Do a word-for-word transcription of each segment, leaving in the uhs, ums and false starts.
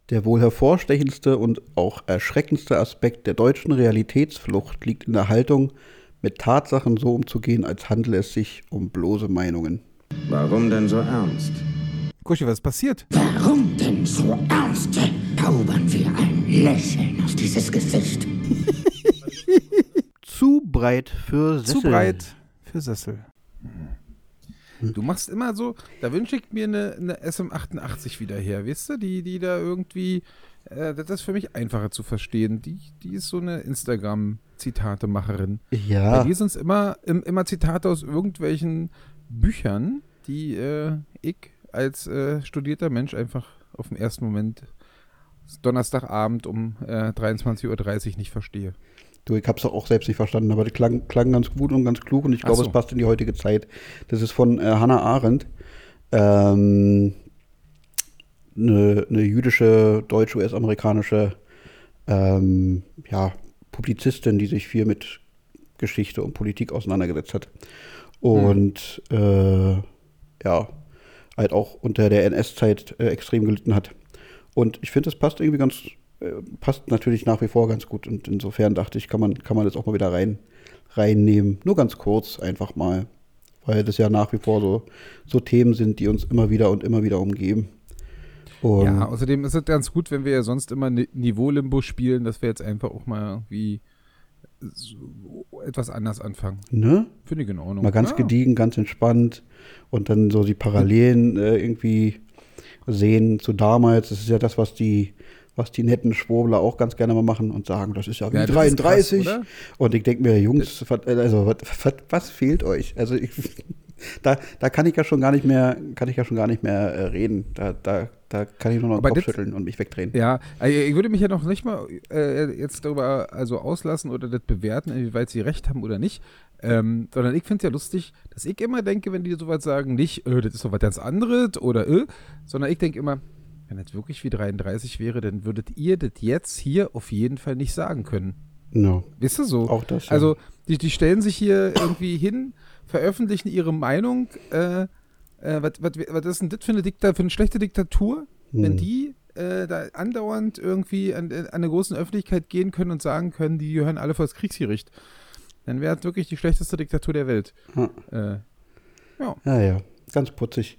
Der wohl hervorstechendste und auch erschreckendste Aspekt der deutschen Realitätsflucht liegt in der Haltung, mit Tatsachen so umzugehen, als handele es sich um bloße Meinungen. Warum denn so ernst? Kuschi, was ist passiert? Warum denn so ernst? Zaubern wir ein Lächeln auf dieses Gesicht. Zu breit für Sessel. Zu breit für Sessel. Du machst immer so, da wünsche ich mir eine, eine S M achtundachtzig wieder her, weißt du? Die, die da irgendwie, äh, das ist für mich einfacher zu verstehen. Die, die ist so eine Instagram-Zitate-Macherin. Ja. Bei dir sind es immer, im, immer Zitate aus irgendwelchen Büchern, die äh, ich als äh, studierter Mensch einfach auf den ersten Moment Donnerstagabend um äh, dreiundzwanzig Uhr dreißig nicht verstehe. Du, ich hab's auch selbst nicht verstanden, aber die klang, klang ganz gut und ganz klug und ich glaube, Ach so. Es passt in die heutige Zeit. Das ist von äh, Hannah Arendt, ähm, eine, eine jüdische, deutsch-U S-amerikanische ähm, ja, Publizistin, die sich viel mit Geschichte und Politik auseinandergesetzt hat. Und hm. äh, ja, halt auch unter der N S-Zeit äh, extrem gelitten hat. Und ich finde, das passt irgendwie ganz passt natürlich nach wie vor ganz gut und insofern dachte ich, kann man, kann man das auch mal wieder rein, reinnehmen. Nur ganz kurz einfach mal, weil das ja nach wie vor so, so Themen sind, die uns immer wieder und immer wieder umgeben. Und ja, außerdem ist es ganz gut, wenn wir ja sonst immer Niveau-Limbo spielen, dass wir jetzt einfach auch mal irgendwie so etwas anders anfangen. Ne? Finde ich in Ordnung. Mal ganz ja. gediegen, ganz entspannt und dann so die Parallelen äh, irgendwie sehen zu damals. Das ist ja das, was die was die netten Schwurbler auch ganz gerne mal machen und sagen, das ist ja wie ja, dreiunddreißig. Ist krass, und ich denke mir, Jungs, also was, was fehlt euch? Also ich, da, da kann ich ja schon gar nicht mehr, kann ich ja schon gar nicht mehr äh, reden. Da, da, da kann ich nur noch den Kopf schütteln und mich wegdrehen. Ja, ich würde mich ja noch nicht mal äh, jetzt darüber also auslassen oder das bewerten, inwieweit sie recht haben oder nicht. Ähm, sondern ich finde es ja lustig, dass ich immer denke, wenn die sowas sagen, nicht, äh, das ist doch was ganz anderes oder äh, sondern ich denke immer, wenn das wirklich wie dreiunddreißig wäre, dann würdet ihr das jetzt hier auf jeden Fall nicht sagen können. No. Wisst ihr so? Auch das, ja. Also, die, die stellen sich hier irgendwie hin, veröffentlichen ihre Meinung. Äh, äh, was, was, was ist denn das für eine, Dikta- für eine schlechte Diktatur? Hm. Wenn die äh, da andauernd irgendwie an, an eine große Öffentlichkeit gehen können und sagen können, die gehören alle vor das Kriegsgericht, dann wäre das wirklich die schlechteste Diktatur der Welt. Hm. Äh, ja. Ja, ja. Ganz putzig.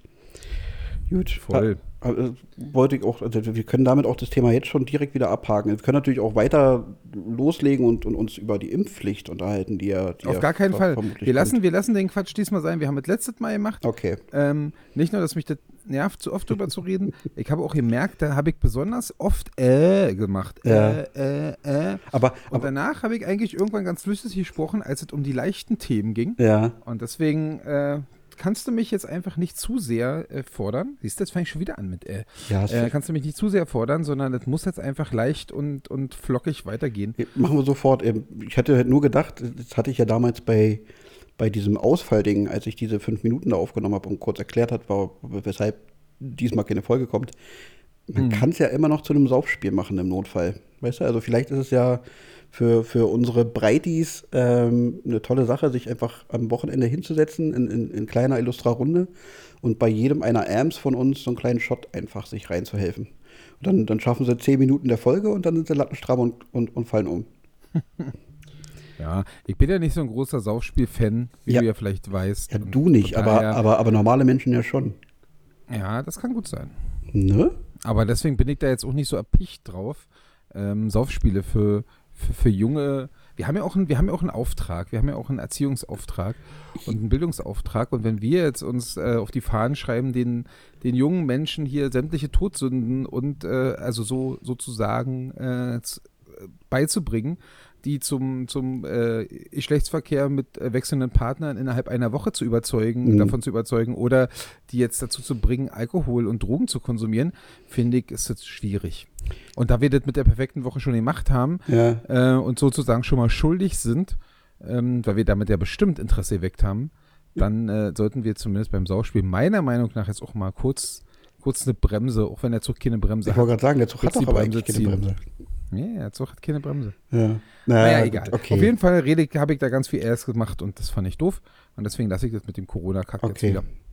Gut. Voll. Also, wollte ich auch, also wir können damit auch das Thema jetzt schon direkt wieder abhaken. Wir können natürlich auch weiter loslegen und, und uns über die Impfpflicht unterhalten, die ja die Auf ja gar keinen Fall. Wir lassen, kommt. wir lassen den Quatsch diesmal sein. Wir haben es letztes Mal gemacht. Okay. Ähm, nicht nur, dass mich das nervt, zu oft drüber zu reden. Ich habe auch gemerkt, da habe ich besonders oft äh gemacht. Ja. Äh, äh, äh. Aber, und aber danach habe ich eigentlich irgendwann ganz flüssig gesprochen, als es um die leichten Themen ging. ja. Und deswegen äh, kannst du mich jetzt einfach nicht zu sehr äh, fordern. Siehst du, jetzt fange ich schon wieder an mit äh. Ja, äh. Kannst du mich nicht zu sehr fordern, sondern es muss jetzt einfach leicht und, und flockig weitergehen. Machen wir sofort. Ich hatte nur gedacht, das hatte ich ja damals bei, bei diesem Ausfallding, als ich diese fünf Minuten da aufgenommen habe und kurz erklärt hat, war, weshalb diesmal keine Folge kommt. Man hm. kann es ja immer noch zu einem Saufspiel machen im Notfall. Weißt du, also vielleicht ist es ja für, für unsere Breitis ähm, eine tolle Sache, sich einfach am Wochenende hinzusetzen in, in, in kleiner Illustra-Runde und bei jedem einer Amps von uns so einen kleinen Shot einfach sich reinzuhelfen. Und dann, dann schaffen sie zehn Minuten der Folge und dann sind sie lattenstramm und, und, und fallen um. Ja, ich bin ja nicht so ein großer Saufspiel-Fan, wie ja. du ja vielleicht weißt. Ja, du nicht, aber, aber, aber normale Menschen ja schon. Ja, das kann gut sein. Ne? Aber deswegen bin ich da jetzt auch nicht so erpicht drauf. Ähm, Saufspiele für, für, für junge, wir haben ja auch einen, wir haben ja auch einen Auftrag, wir haben ja auch einen Erziehungsauftrag und einen Bildungsauftrag. Und wenn wir jetzt uns äh, auf die Fahnen schreiben, den, den jungen Menschen hier sämtliche Todsünden und äh, also so sozusagen äh, z- beizubringen, die zum, zum äh, Geschlechtsverkehr mit äh, wechselnden Partnern innerhalb einer Woche zu überzeugen, mhm. davon zu überzeugen oder die jetzt dazu zu bringen, Alkohol und Drogen zu konsumieren, finde ich, ist das schwierig. Und da wir das mit der perfekten Woche schon gemacht haben ja. äh, und sozusagen schon mal schuldig sind, ähm, weil wir damit ja bestimmt Interesse geweckt haben, dann äh, sollten wir zumindest beim Sauspiel meiner Meinung nach jetzt auch mal kurz, kurz eine Bremse, auch wenn der Zug keine Bremse ich hat. Ich wollte gerade sagen, der Zug hat doch aber eigentlich keine Bremse. Ja, der Zug hat keine Bremse. Ja. Naja, naja, egal. Okay. Auf jeden Fall habe ich da ganz viel erst gemacht und das fand ich doof. Und deswegen lasse ich das mit dem Corona-Kack okay. jetzt wieder.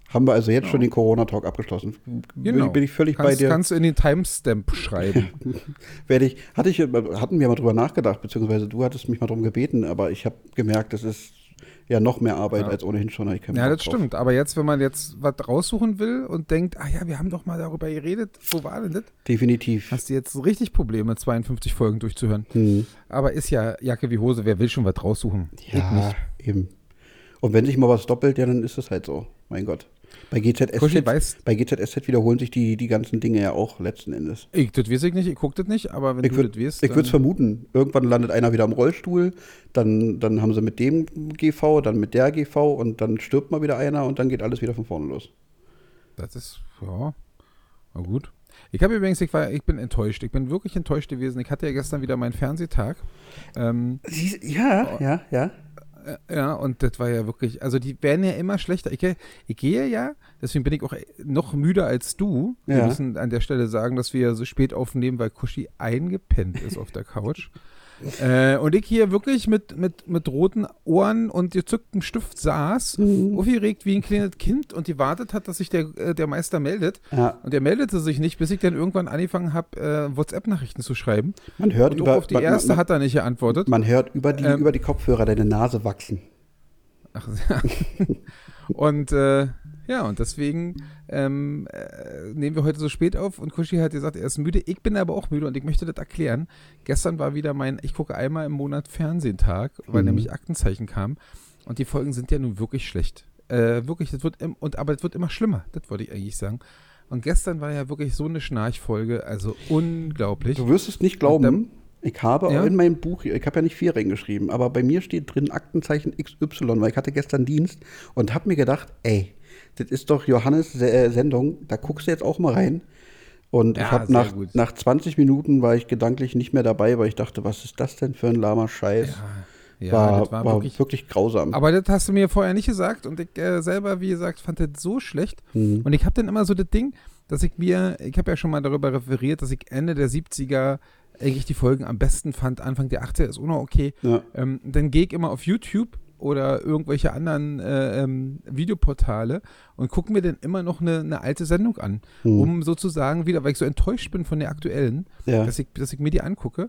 Haben wir also jetzt Ja. schon den Corona-Talk abgeschlossen. Genau. Bin, bin ich völlig kannst, bei dir. Kannst du in den Timestamp schreiben. Werde ich, hatte ich, hatten wir mal drüber nachgedacht, beziehungsweise du hattest mich mal darum gebeten, aber ich habe gemerkt, das ist ja noch mehr Arbeit Ja. als ohnehin schon. Ich keinen Ja, Bock das drauf. stimmt. Aber jetzt, wenn man jetzt was raussuchen will und denkt, ah ja, wir haben doch mal darüber geredet, wo war denn das? Definitiv. Hast du jetzt so richtig Probleme, zweiundfünfzig Folgen durchzuhören. Hm. Aber ist ja Jacke wie Hose, wer will schon was raussuchen? Ich Ja, nicht. eben. Und wenn sich mal was doppelt, ja, dann ist es halt so. Mein Gott. Bei G Z S Kuschel Z, weiß- bei G Z S Z wiederholen sich die, die ganzen Dinge ja auch letzten Endes. Ich, das weiß ich nicht, ich gucke das nicht, aber wenn Ich du würde das weißt, ich würde es dann- vermuten. Irgendwann landet einer wieder im Rollstuhl, dann, dann haben sie mit dem G V, dann mit der G V und dann stirbt mal wieder einer und dann geht alles wieder von vorne los. Das ist, ja, na gut. Ich habe übrigens, ich, war, ich bin enttäuscht. Ich bin wirklich enttäuscht gewesen. Ich hatte ja gestern wieder meinen Fernsehtag. Ähm, Sie, ja, ja, ja. äh, ja, und das war ja wirklich, also die werden ja immer schlechter. Ich, ich gehe ja, deswegen bin ich auch noch müder als du. Wir Ja. müssen an der Stelle sagen, dass wir ja so spät aufnehmen, weil Kuschi eingepennt ist auf der Couch. Äh, und ich hier wirklich mit, mit, mit roten Ohren und gezücktem Stift saß, Mhm. aufgeregt wie ein kleines Kind und gewartet hat, dass sich der, äh, der Meister meldet. Ja. Und der meldete sich nicht, bis ich dann irgendwann angefangen habe, äh, WhatsApp-Nachrichten zu schreiben. Man hört Und über auch auf die man, erste man, hat er nicht geantwortet. man hört über die, Ähm, über die Kopfhörer deine Nase wachsen. Ach, ja. Und äh, ja, und deswegen ähm, äh, nehmen wir heute so spät auf und Kuschi hat gesagt, er ist müde. Ich bin aber auch müde und ich möchte das erklären. Gestern war wieder mein, ich gucke einmal im Monat Fernsehtag, weil Mhm. nämlich Aktenzeichen kam. Und die Folgen sind ja nun wirklich schlecht. Äh, wirklich, das wird im, und aber es wird immer schlimmer, das wollte ich eigentlich sagen. Und gestern war ja wirklich so eine Schnarchfolge, also unglaublich. Du wirst es nicht glauben. dann- Ich habe Ja? in meinem Buch, ich habe ja nicht vier reingeschrieben, aber bei mir steht drin Aktenzeichen X Y, weil ich hatte gestern Dienst und habe mir gedacht, ey, das ist doch Johannes Se- äh, Sendung, da guckst du jetzt auch mal rein. Und Ja, ich habe sehr nach, gut. nach zwanzig Minuten war ich gedanklich nicht mehr dabei, weil ich dachte, was ist das denn für ein lahmer Scheiß? Ja, war das war, war wirklich. wirklich, grausam. Aber das hast du mir vorher nicht gesagt und ich äh, selber, wie gesagt, fand das so schlecht. Mhm. Und ich habe dann immer so das Ding, dass ich mir, ich habe ja schon mal darüber referiert, dass ich Ende der siebziger eigentlich die Folgen am besten fand. Anfang der achtziger ist auch noch okay. Ja. Ähm, dann gehe ich immer auf YouTube oder irgendwelche anderen äh, ähm, Videoportale und gucke mir dann immer noch eine, eine alte Sendung an, Mhm. um sozusagen wieder, weil ich so enttäuscht bin von der aktuellen, Ja. dass ich, dass ich mir die angucke.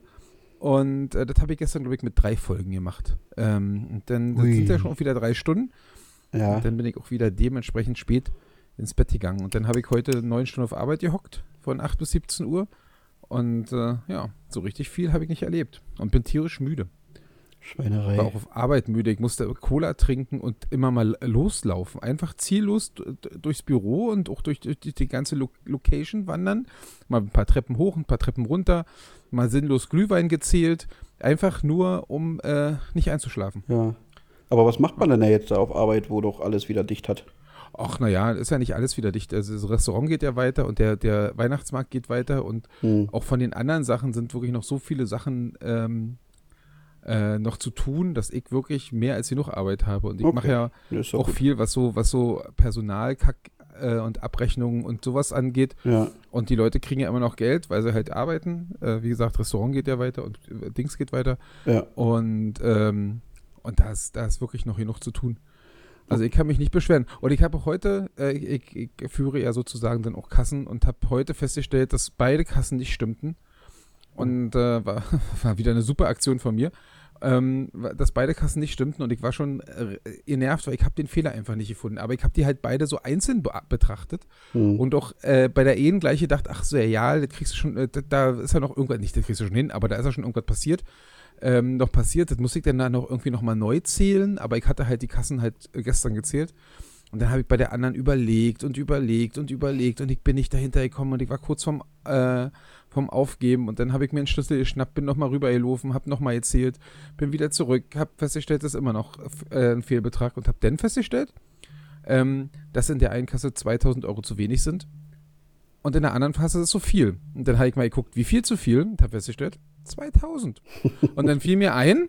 Und äh, das habe ich gestern, glaube ich, mit drei Folgen gemacht. Ähm, und dann das Ui. sind ja schon auch wieder drei Stunden. Ja. Und dann bin ich auch wieder dementsprechend spät ins Bett gegangen. Und dann habe ich heute neun Stunden auf Arbeit gehockt, von acht bis siebzehn Uhr. Und äh, ja, so richtig viel habe ich nicht erlebt. Und bin tierisch müde. Schweinerei. War auch auf Arbeit müde. Ich musste Cola trinken und immer mal loslaufen. Einfach ziellos d- d- durchs Büro und auch durch, durch die ganze Lo Location wandern. Mal ein paar Treppen hoch, ein paar Treppen runter. Mal sinnlos Glühwein gezählt. Einfach nur, um äh, nicht einzuschlafen. Ja. Aber was macht man denn da jetzt da auf Arbeit, wo doch alles wieder dicht hat? Ach, naja, ist ja nicht alles wieder dicht. Also das Restaurant geht ja weiter und der, der Weihnachtsmarkt geht weiter. Und Hm. auch von den anderen Sachen sind wirklich noch so viele Sachen ähm, äh, noch zu tun, dass ich wirklich mehr als genug Arbeit habe. Und ich Okay. mache ja Ja, ist doch auch gut. viel, was so, was so Personalkack äh, und Abrechnungen und sowas angeht. Ja. Und die Leute kriegen ja immer noch Geld, weil sie halt arbeiten. Äh, wie gesagt, Restaurant geht ja weiter und äh, Dings geht weiter. Ja. Und, ähm, und da ist, da ist wirklich noch genug zu tun. Also ich kann mich nicht beschweren. Und ich habe auch heute, äh, ich, ich führe ja sozusagen dann auch Kassen und habe heute festgestellt, dass beide Kassen nicht stimmten. Und äh, war, war wieder eine super Aktion von mir, ähm, dass beide Kassen nicht stimmten und ich war schon äh, genervt, weil ich habe den Fehler einfach nicht gefunden. Aber ich habe die halt beide so einzeln be betrachtet Hm. und auch äh, bei der Ehen gleich gedacht, ach so, ja, das kriegst du schon, äh, da, da ist ja noch irgendwas, nicht, das kriegst du schon hin, aber da ist ja schon irgendwas passiert. Ähm, noch passiert, das muss ich dann da noch irgendwie nochmal neu zählen, aber ich hatte halt die Kassen halt äh, gestern gezählt und dann habe ich bei der anderen überlegt und überlegt und überlegt und ich bin nicht dahinter gekommen und ich war kurz vom, äh, vom Aufgeben und dann habe ich mir einen Schlüssel geschnappt, bin nochmal rübergelaufen, habe nochmal gezählt, bin wieder zurück, habe festgestellt, das ist immer noch äh, ein Fehlbetrag und habe dann festgestellt, ähm, dass in der einen Kasse zweitausend Euro zu wenig sind und in der anderen Kasse ist so viel. Und dann habe ich mal geguckt, wie viel zu viel und habe festgestellt, zweitausend. Und dann fiel mir ein,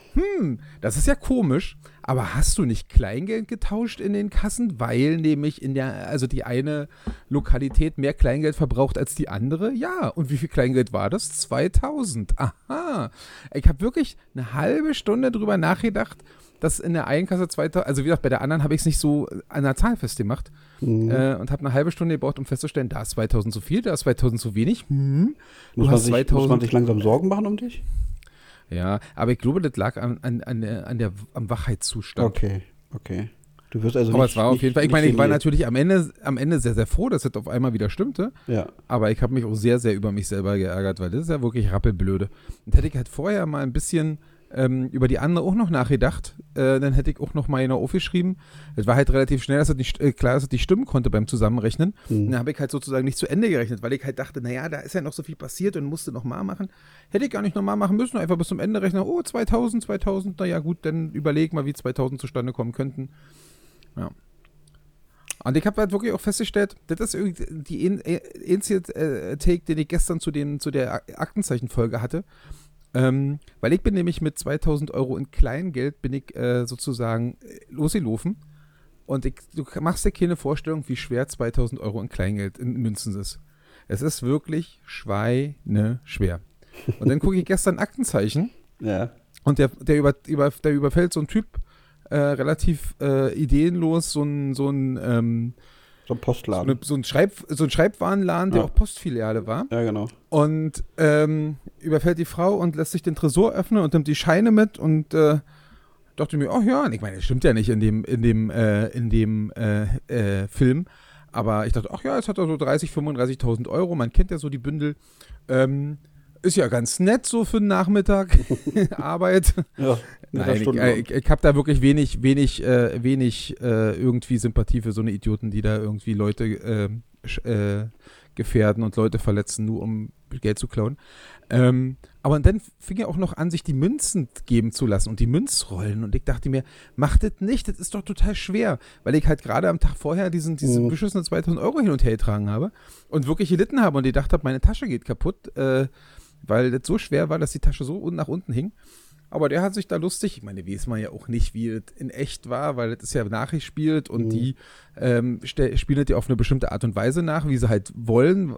hm, das ist ja komisch, aber hast du nicht Kleingeld getauscht in den Kassen, weil nämlich in der, also die eine Lokalität mehr Kleingeld verbraucht als die andere? Ja, und wie viel Kleingeld war das? zweitausend. Aha. Ich habe wirklich eine halbe Stunde drüber nachgedacht dass in der einen Kasse zweitausend, also wie gesagt, bei der anderen habe ich es nicht so an der Zahl festgemacht Mhm. äh, und habe eine halbe Stunde gebraucht, um festzustellen, da ist zweitausend zu viel, da ist zweitausend zu wenig. Hm, du Muss man, hast sich, muss man zweitausend. sich langsam Sorgen machen um dich? Ja, aber ich glaube, das lag an, an, an, der, an der, am Wachheitszustand. Okay, okay. Du wirst also Aber nicht, es war auf nicht, jeden Fall, ich nicht meine, ich war geniert. natürlich am Ende, am Ende sehr, sehr froh, dass das auf einmal wieder stimmte. Ja. Aber ich habe mich auch sehr, sehr über mich selber geärgert, weil das ist ja wirklich rappelblöde. Und hätte ich halt vorher mal ein bisschen ähm, über die andere auch noch nachgedacht, äh, dann hätte ich auch noch mal genau aufgeschrieben. Es war halt relativ schnell, dass es nicht, äh, klar, dass es nicht stimmen konnte beim Zusammenrechnen. Mhm. Und dann habe ich halt sozusagen nicht zu Ende gerechnet, weil ich halt dachte, naja, da ist ja noch so viel passiert und musste noch mal machen. Hätte ich gar nicht nochmal machen müssen, einfach bis zum Ende rechnen. Oh, zweitausend, zweitausend, naja gut, dann überleg mal, wie zweitausend zustande kommen könnten. Ja. Und ich habe halt wirklich auch festgestellt, das ist irgendwie die ein- einzige äh, Take, den ich gestern zu, den, zu der Aktenzeichenfolge hatte. Ähm, weil ich bin nämlich mit zweitausend Euro in Kleingeld bin ich äh, sozusagen äh, losgelaufen. Und ich, du machst dir keine Vorstellung, wie schwer zweitausend Euro in Kleingeld in Münzen ist. Es ist wirklich schweineschwer. Und dann gucke ich gestern Aktenzeichen Ja. und der, der, über, über, der überfällt so ein Typ äh, relativ äh, ideenlos, so ein, so ein, ähm, So ein so, Postladen. eine, so ein, Schreib, so ein Schreibwarenladen, der Ja. auch Postfiliale war. Ja, genau. Und ähm, überfällt die Frau und lässt sich den Tresor öffnen und nimmt die Scheine mit und äh, dachte mir, oh ja, und ich meine, das stimmt ja nicht in dem, in dem, äh, in dem äh, äh, Film. Aber ich dachte, ach ja, jetzt hat er so dreißigtausend, fünfunddreißigtausend Euro, man kennt ja so die Bündel. Ähm, ist ja ganz nett so für einen Nachmittag Arbeit. Ja, Nein, ich, äh, ich, ich habe da wirklich wenig, wenig, äh, wenig äh, irgendwie Sympathie für so eine Idioten, die da irgendwie Leute äh, sch- äh, gefährden und Leute verletzen, nur um Geld zu klauen. Ähm, aber dann fing er auch noch an, sich die Münzen geben zu lassen und die Münzrollen. Und ich dachte mir, mach das nicht, das ist doch total schwer. Weil ich halt gerade am Tag vorher diesen, diese Mhm. beschissenen zweitausend Euro hin und her getragen habe und wirklich gelitten habe und ich dachte, meine Tasche geht kaputt, äh, weil das so schwer war, dass die Tasche so nach unten hing. Aber der hat sich da lustig, ich meine, weiß man ja auch nicht, wie es in echt war, weil das ist ja nachgespielt und Mhm. die ähm, ste- spielen das ja auf eine bestimmte Art und Weise nach, wie sie halt wollen,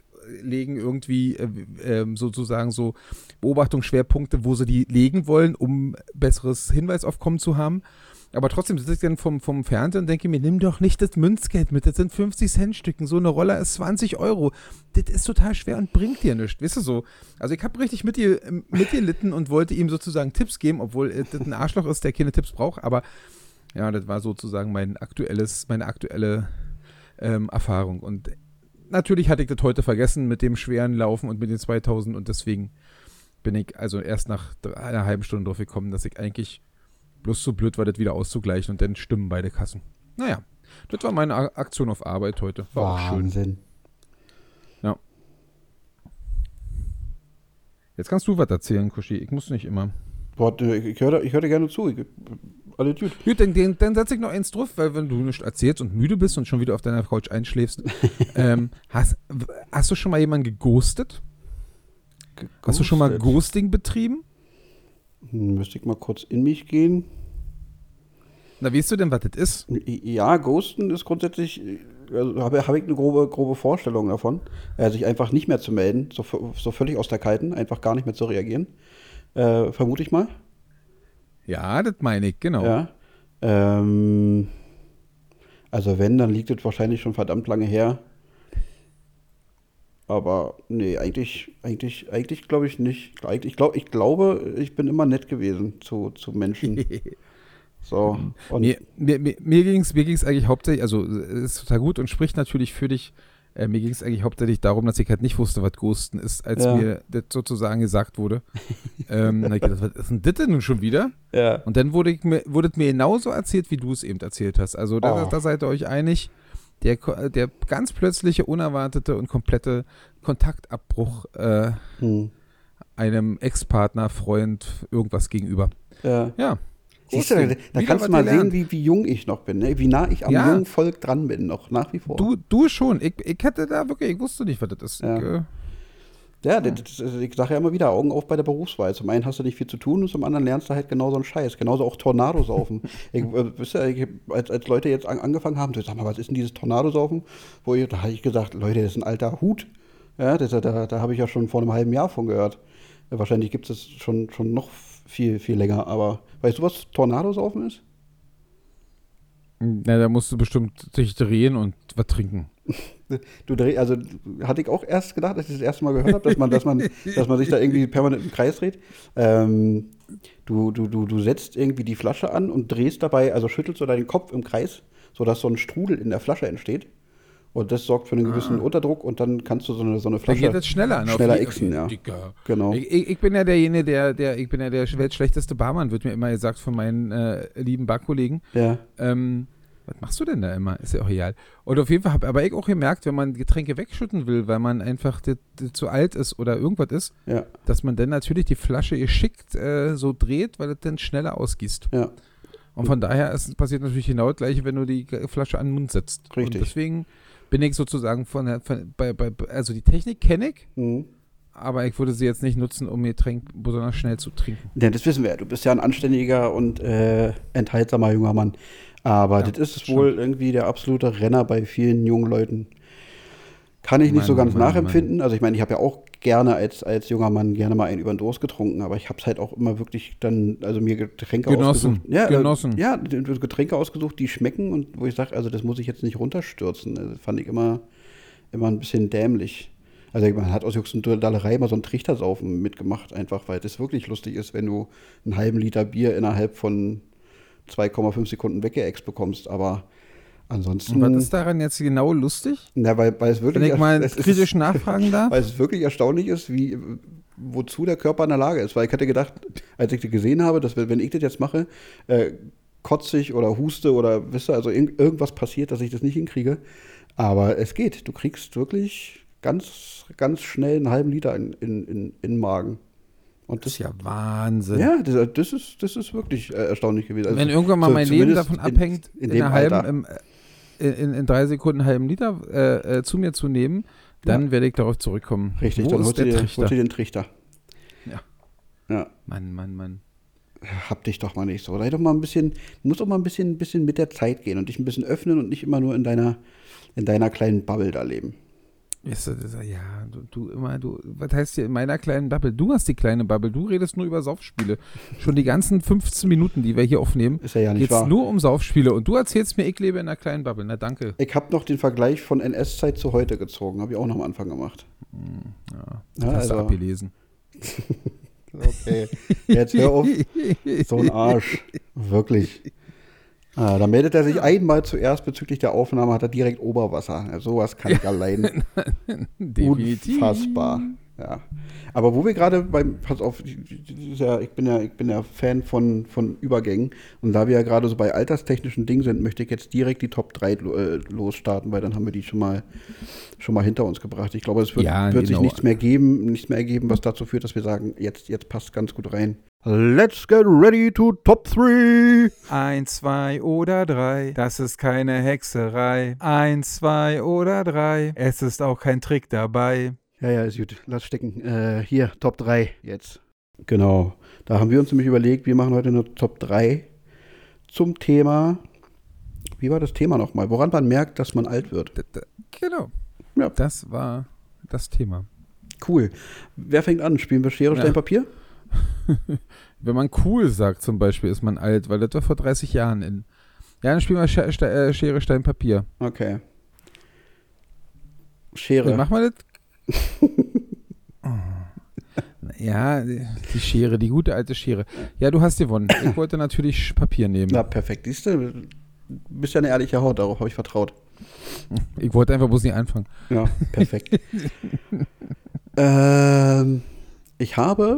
legen irgendwie äh, ähm, sozusagen so Beobachtungsschwerpunkte, wo sie die legen wollen, um besseres Hinweisaufkommen zu haben. Aber trotzdem sitze ich dann vom, vom Fernseher und denke mir, nimm doch nicht das Münzgeld mit, das sind fünfzig Cent Stücken, so eine Roller ist zwanzig Euro. Das ist total schwer und bringt dir nichts, weißt du so. Also ich habe richtig mit ihr mitgelitten und wollte ihm sozusagen Tipps geben, obwohl äh, das ein Arschloch ist, der keine Tipps braucht, aber ja, das war sozusagen mein aktuelles, meine aktuelle ähm, Erfahrung. Und natürlich hatte ich das heute vergessen mit dem schweren Laufen und mit den zweitausend und deswegen bin ich also erst nach drei- einer halben Stunde drauf gekommen, dass ich eigentlich bloß so blöd war, das wieder auszugleichen und dann stimmen beide Kassen. Naja, das war meine A- Aktion auf Arbeit heute. War auch schön. Wahnsinn. Ja. Jetzt kannst du was erzählen, Kuschi. Ich muss nicht immer. Boah, ich, ich höre ich hör dir gerne zu. Ich, alle gut. Gut, dann, dann, dann setze ich noch eins drauf, weil wenn du nicht erzählst und müde bist und schon wieder auf deiner Couch einschläfst, ähm, hast, hast du schon mal jemanden geghostet? Hast du schon mal Geghostet. Ghosting betrieben? Hm, müsste ich mal kurz in mich gehen. Na, weißt du denn, was das ist? Ja, Ghosten ist grundsätzlich, also habe hab ich eine grobe, grobe Vorstellung davon. Äh, sich einfach nicht mehr zu melden, so, so völlig aus der Kalten, einfach gar nicht mehr zu reagieren. Äh, vermute ich mal. Ja, das meine ich, genau. Ja. Ähm, also wenn, dann liegt es wahrscheinlich schon verdammt lange her. Aber nee, eigentlich, eigentlich, eigentlich glaube ich nicht. Eigentlich- Ich, glaub, ich glaube, ich bin immer nett gewesen zu, zu Menschen. So. Und Mir, mir, mir, mir ging es mir ging's eigentlich hauptsächlich, also es ist total gut und spricht natürlich für dich. Äh, mir ging es eigentlich hauptsächlich darum, dass ich halt nicht wusste, was Ghosten ist, als Ja. mir das sozusagen gesagt wurde. ähm, da hab ich gedacht, was ist denn das denn nun schon wieder? ja. Und dann wurde, ich mir, wurde es mir genauso erzählt, wie du es eben erzählt hast. Also da, Oh. da seid ihr euch einig. Der, ko- der ganz plötzliche, unerwartete und komplette Kontaktabbruch äh, Hm. einem Ex-Partner, Freund, irgendwas gegenüber. Ja. Ja. Siehst du, da, da Wieder kannst was du mal gelernt. sehen, wie, wie jung ich noch bin, ne? Wie nah ich am Ja. jungen Volk dran bin, noch nach wie vor. Du, du schon. Ich, ich hätte da wirklich, ich wusste nicht, was das ist. Ja. Ich, äh, Ja, das, das, das, ich sage ja immer wieder, Augen auf bei der Berufswahl. Zum einen hast du nicht viel zu tun und zum anderen lernst du halt genau so einen Scheiß. Genauso auch Tornadosaufen. ich, äh, wisst ihr, ich, als, als Leute jetzt an, angefangen haben, so, sag mal, was ist denn dieses Tornadosaufen? Wo ich, da habe ich gesagt, Leute, das ist ein alter Hut. Ja, das, da da habe ich ja schon vor einem halben Jahr von gehört. Ja, wahrscheinlich gibt es das schon, schon noch viel, viel länger. Aber weißt du, was Tornadosaufen ist? Na, da musst du bestimmt dich drehen und was trinken. Du dreh, also hatte ich auch erst gedacht, als ich das erste Mal gehört habe, dass man, dass man, dass man sich da irgendwie permanent im Kreis dreht. Ähm, du, du, du, du setzt irgendwie die Flasche an und drehst dabei, also schüttelst du deinen Kopf im Kreis, sodass so ein Strudel in der Flasche entsteht. Und das sorgt für einen gewissen ah. Unterdruck und dann kannst du so eine, so eine Flasche da geht das schneller an. Schneller exen, ja. Dicker. Genau. Ich, ich, ich bin ja derjenige, der, der, ich bin ja der weltschlechteste Barmann, wird mir immer gesagt von meinen äh, lieben Barkollegen. Ja. Ähm, was machst du denn da immer? Ist ja auch egal. Und auf jeden Fall habe aber ich auch gemerkt, wenn man Getränke wegschütten will, weil man einfach die, die zu alt ist oder irgendwas ist, ja. dass man dann natürlich die Flasche geschickt äh, so dreht, weil es dann schneller ausgießt. Ja. Und von daher ist, passiert natürlich genau das Gleiche, wenn du die Flasche an den Mund setzt. Richtig. Und deswegen bin ich sozusagen von der, von, bei, bei, also die Technik kenne ich, mhm. aber ich würde sie jetzt nicht nutzen, um ihr Getränk besonders schnell zu trinken. Ja, das wissen wir ja. Du bist ja ein anständiger und äh, enthaltsamer junger Mann. Aber ja, das ist wohl schon irgendwie der absolute Renner bei vielen jungen Leuten. Kann ich nicht Mann, so ganz Mann, nachempfinden. Mann. Also ich meine, ich habe ja auch gerne als, als junger Mann gerne mal einen über den Durst getrunken, aber ich habe es halt auch immer wirklich dann, also mir Getränke genossen. ausgesucht. Ja, genossen. Äh, ja, Getränke ausgesucht, die schmecken und wo ich sage, also das muss ich jetzt nicht runterstürzen. Das fand ich immer, immer ein bisschen dämlich. Also man hat aus Jux und Dallerei mal so einen Trichtersaufen mitgemacht, einfach weil das wirklich lustig ist, wenn du einen halben Liter Bier innerhalb von zwei Komma fünf Sekunden weggeext bekommst, aber ansonsten... Und was ist daran jetzt genau lustig? Na, weil, weil es wirklich... Wenn ich mal es kritisch ist, nachfragen darf? Weil es wirklich erstaunlich ist, wie, wozu der Körper in der Lage ist. Weil ich hatte gedacht, als ich das gesehen habe, dass wenn ich das jetzt mache, äh, kotze ich oder huste oder, wisst ihr, also irg- irgendwas passiert, dass ich das nicht hinkriege. Aber es geht. Du kriegst wirklich ganz, ganz schnell einen halben Liter in, in, in, in den Magen. Und das ist ja Wahnsinn. Ja, das, das, ist, das ist wirklich äh, erstaunlich gewesen. Also wenn irgendwann mal so, mein Leben davon abhängt, in, in, in, dem einer halben, im, in, in drei Sekunden einen halben Liter äh, äh, zu mir zu nehmen, dann ja. werde ich darauf zurückkommen. Richtig, Wo dann ist holst der du dir, Trichter? holst du dir den Trichter. Ja. Ja. Mann, Mann, Mann. Hab dich doch mal nicht so. Sei doch mal ein bisschen, du musst doch mal ein bisschen, ein bisschen mit der Zeit gehen und dich ein bisschen öffnen und nicht immer nur in deiner, in deiner kleinen Bubble da leben. Ist das, ja, du, du immer, du, was heißt hier in meiner kleinen Bubble? Du hast die kleine Bubble, du redest nur über Saufspiele. Schon die ganzen fünfzehn Minuten, die wir hier aufnehmen, ist ja, ja nicht geht's wahr. nur um Saufspiele. Und du erzählst mir, ich lebe in einer kleinen Bubble. Na, danke. Ich habe noch den Vergleich von N S-Zeit zu heute gezogen. Habe ich auch noch am Anfang gemacht. Ja, das ja, hast also. du abgelesen. Okay, jetzt hör auf. So ein Arsch. Wirklich. Ah, da meldet er sich einmal zuerst bezüglich der Aufnahme, hat er direkt Oberwasser. Ja, sowas kann ich allein. Definitiv. Unfassbar. Ja. Aber wo wir gerade beim, pass auf, ja, ich bin ja, ich bin ja Fan von, von Übergängen. Und da wir ja gerade so bei alterstechnischen Dingen sind, möchte ich jetzt direkt die Top drei äh, losstarten, weil dann haben wir die schon mal, schon mal hinter uns gebracht. Ich glaube, es wird, ja, wird genau. sich nichts mehr geben, nichts mehr ergeben, was dazu führt, dass wir sagen, jetzt, jetzt passt ganz gut rein. Let's get ready to Top drei. Eins, zwei oder drei, das ist keine Hexerei. Eins, zwei oder drei, es ist auch kein Trick dabei. Ja, ja, ist gut. Lass stecken. Äh, hier, Top drei jetzt. Genau. Da haben wir uns nämlich überlegt, wir machen heute eine Top drei zum Thema, wie war das Thema nochmal? Woran man merkt, dass man alt wird. D- d- genau. Ja. Das war das Thema. Cool. Wer fängt an? Spielen wir Schere, Stein, Ja. Papier? Wenn man cool sagt zum Beispiel, ist man alt, weil das war vor dreißig Jahren in. Ja, dann spielen wir Sch- St- äh, Schere, Stein, Papier. Okay. Schere. Wie machen wir das? Oh. Ja, die Schere, die gute alte Schere. Ja, du hast gewonnen. Ich wollte natürlich Papier nehmen. Na, perfekt. Siehst du, du bist ja eine ehrliche Haut, darauf habe ich vertraut. Ich wollte einfach bloß nicht anfangen. Ja, perfekt. ähm, ich habe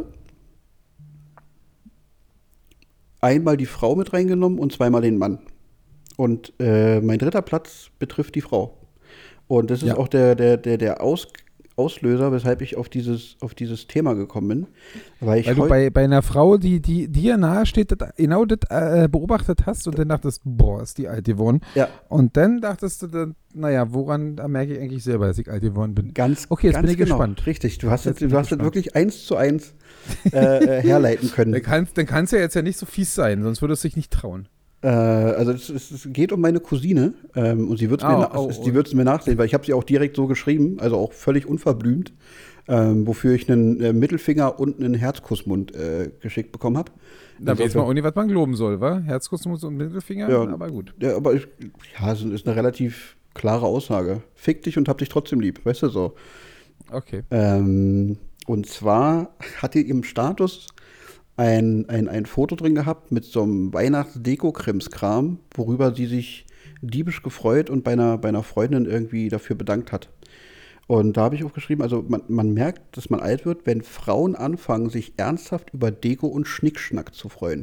einmal die Frau mit reingenommen und zweimal den Mann. Und äh, mein dritter Platz betrifft die Frau. Und das ist Ja. auch der, der, der, der Aus, Auslöser, weshalb ich auf dieses, auf dieses Thema gekommen bin. Weil, ich Weil du heu- bei, bei einer Frau, die, die dir nahe steht, das, genau das äh, beobachtet hast und dann dachtest, boah, ist die alt geworden. Ja. Und dann dachtest du dann, naja, woran da merke ich eigentlich selber, dass ich alt geworden bin. Ganz, Okay, jetzt ganz bin ich genau. gespannt. Richtig, du hast Jetzt das, bin du ich hast das gespannt. wirklich eins zu eins äh, äh, herleiten können. Dann kann dann kann's ja jetzt ja nicht so fies sein, sonst würdest du dich nicht trauen. Äh, also es, es, es geht um meine Cousine ähm, und sie wird es Oh, mir, na- oh, es- oh. sie wird's mir nachsehen, weil ich habe sie auch direkt so geschrieben, also auch völlig unverblümt. ähm, wofür ich einen äh, Mittelfinger und einen Herzkussmund äh, geschickt bekommen habe. Da weiß man auch nicht, was man glauben soll, wa? Herzkussmund und Mittelfinger, Ja, aber gut. Ja, aber ich, ja, es ist eine relativ klare Aussage. Fick dich und hab dich trotzdem lieb, weißt du so. Okay. Ähm, und zwar hat ihr im Status ein, ein, ein Foto drin gehabt mit so einem Weihnachts-Deko-Krimskram, worüber sie sich diebisch gefreut und bei einer, bei einer Freundin irgendwie dafür bedankt hat. Und da habe ich auch geschrieben, also man, man merkt, dass man alt wird, wenn Frauen anfangen, sich ernsthaft über Deko und Schnickschnack zu freuen.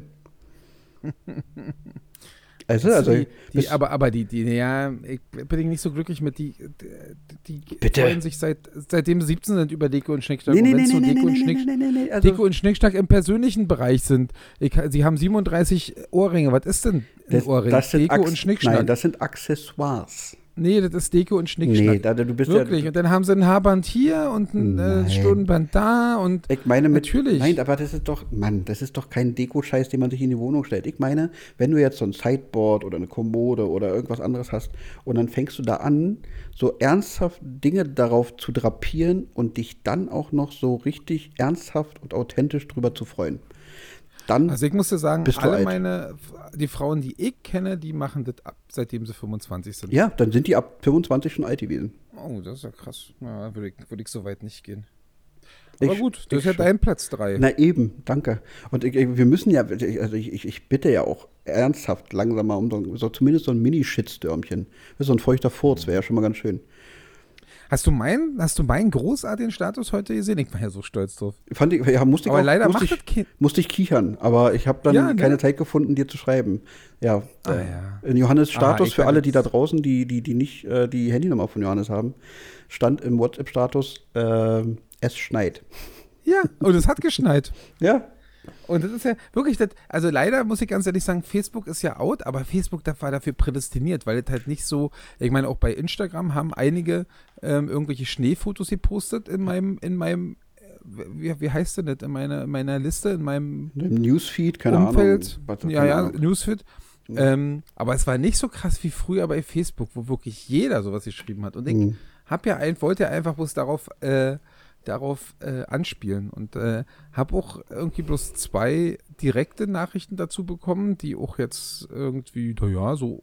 Also, also die, die, aber, aber die, die, ja, ich bin nicht so glücklich mit die, die, die Bitte? freuen sich seit, seitdem sie siebzehn sind über Deko und Schnickschnack. Nee, nee, und wenn's nee, so nee, Deko, nee, und nee, Schnick, nee, nee, nee, also- Deko und Schnickschnack im persönlichen Bereich sind. Ich, sie haben siebenunddreißig Ohrringe. Was ist denn ein Das, Ohrring? das sind Deko Acc- und Schnickschnack. Nein, das sind Accessoires. Nee, das ist Deko und Schnickschnack. Nee, da, du bist Wirklich. ja. Und dann haben sie ein Haarband hier und ein äh, Nein. Stirnband da und Ich meine mit, natürlich. Nein, aber das ist doch, Mann, das ist doch kein Deko-Scheiß, den man sich in die Wohnung stellt. Ich meine, wenn du jetzt so ein Sideboard oder eine Kommode oder irgendwas anderes hast und dann fängst du da an, so ernsthaft Dinge darauf zu drapieren und dich dann auch noch so richtig ernsthaft und authentisch drüber zu freuen. Dann Also ich muss dir sagen, bist du alle alt. meine, die Frauen, die ich kenne, die machen das ab, seitdem sie fünfundzwanzig sind. Ja, dann sind die ab fünfundzwanzig schon alt gewesen. Oh, das ist ja krass. Na, würde ich, würde ich so weit nicht gehen. Ich- Aber gut, das ich ist ja schon. dein Platz drei. Na eben, danke. Und ich, ich, wir müssen ja, also ich, ich, ich bitte ja auch ernsthaft langsam mal um so, so zumindest so ein Mini-Shitstürmchen. So ein feuchter Furz wäre ja schon mal ganz schön. Hast du meinen, hast du meinen großartigen Status heute gesehen? Ich war ja so stolz drauf. Fand ich, ja, musste ich Aber auch, leider musste macht ich, das Kind. musste ich kichern, aber ich habe dann Ja, ne? keine Zeit gefunden, dir zu schreiben. Ja, Ah, äh, ja. in Johannes Ah, Status, ich für kann alle, die da jetzt- draußen, die, die, die nicht äh, die Handynummer von Johannes haben, stand im WhatsApp-Status, äh, es schneit. Ja, und es hat geschneit. Ja, Und das ist ja wirklich, das, also leider muss ich ganz ehrlich sagen, Facebook ist ja out, aber Facebook da- war dafür prädestiniert, weil es halt nicht so, ich meine, auch bei Instagram haben einige ähm, irgendwelche Schneefotos gepostet in meinem, in meinem, äh, wie, wie heißt denn das, in meiner, in meiner Liste, in meinem im Newsfeed, keine Umfeld. Ahnung. Was- ja, keine ja, Ahnung. Newsfeed. Ähm, aber es war nicht so krass wie früher bei Facebook, wo wirklich jeder sowas geschrieben hat. Und ich Mhm. hab ja ein, wollte ja einfach bloß darauf, äh, darauf äh, anspielen und äh, habe auch irgendwie bloß zwei direkte Nachrichten dazu bekommen, die auch jetzt irgendwie, naja, so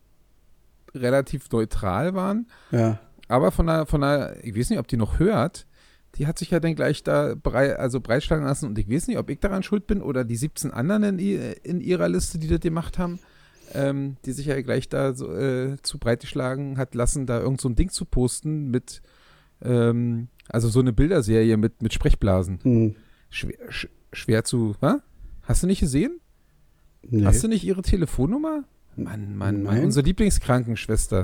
relativ neutral waren. Ja. Aber von einer, von einer, ich weiß nicht, ob die noch hört, die hat sich ja dann gleich da brei, also breitschlagen lassen und ich weiß nicht, ob ich daran schuld bin oder die siebzehn anderen in, i- in ihrer Liste, die das gemacht haben, ähm, die sich ja gleich da so, äh, zu breit geschlagen hat lassen, da irgend so ein Ding zu posten mit, ähm, also so eine Bilderserie mit, mit Sprechblasen. Hm. Schwer, sch, schwer zu, was? Hast du nicht gesehen? Nee. Hast du nicht ihre Telefonnummer? Mann, Mann, Mann, Nein. unsere Lieblingskrankenschwester.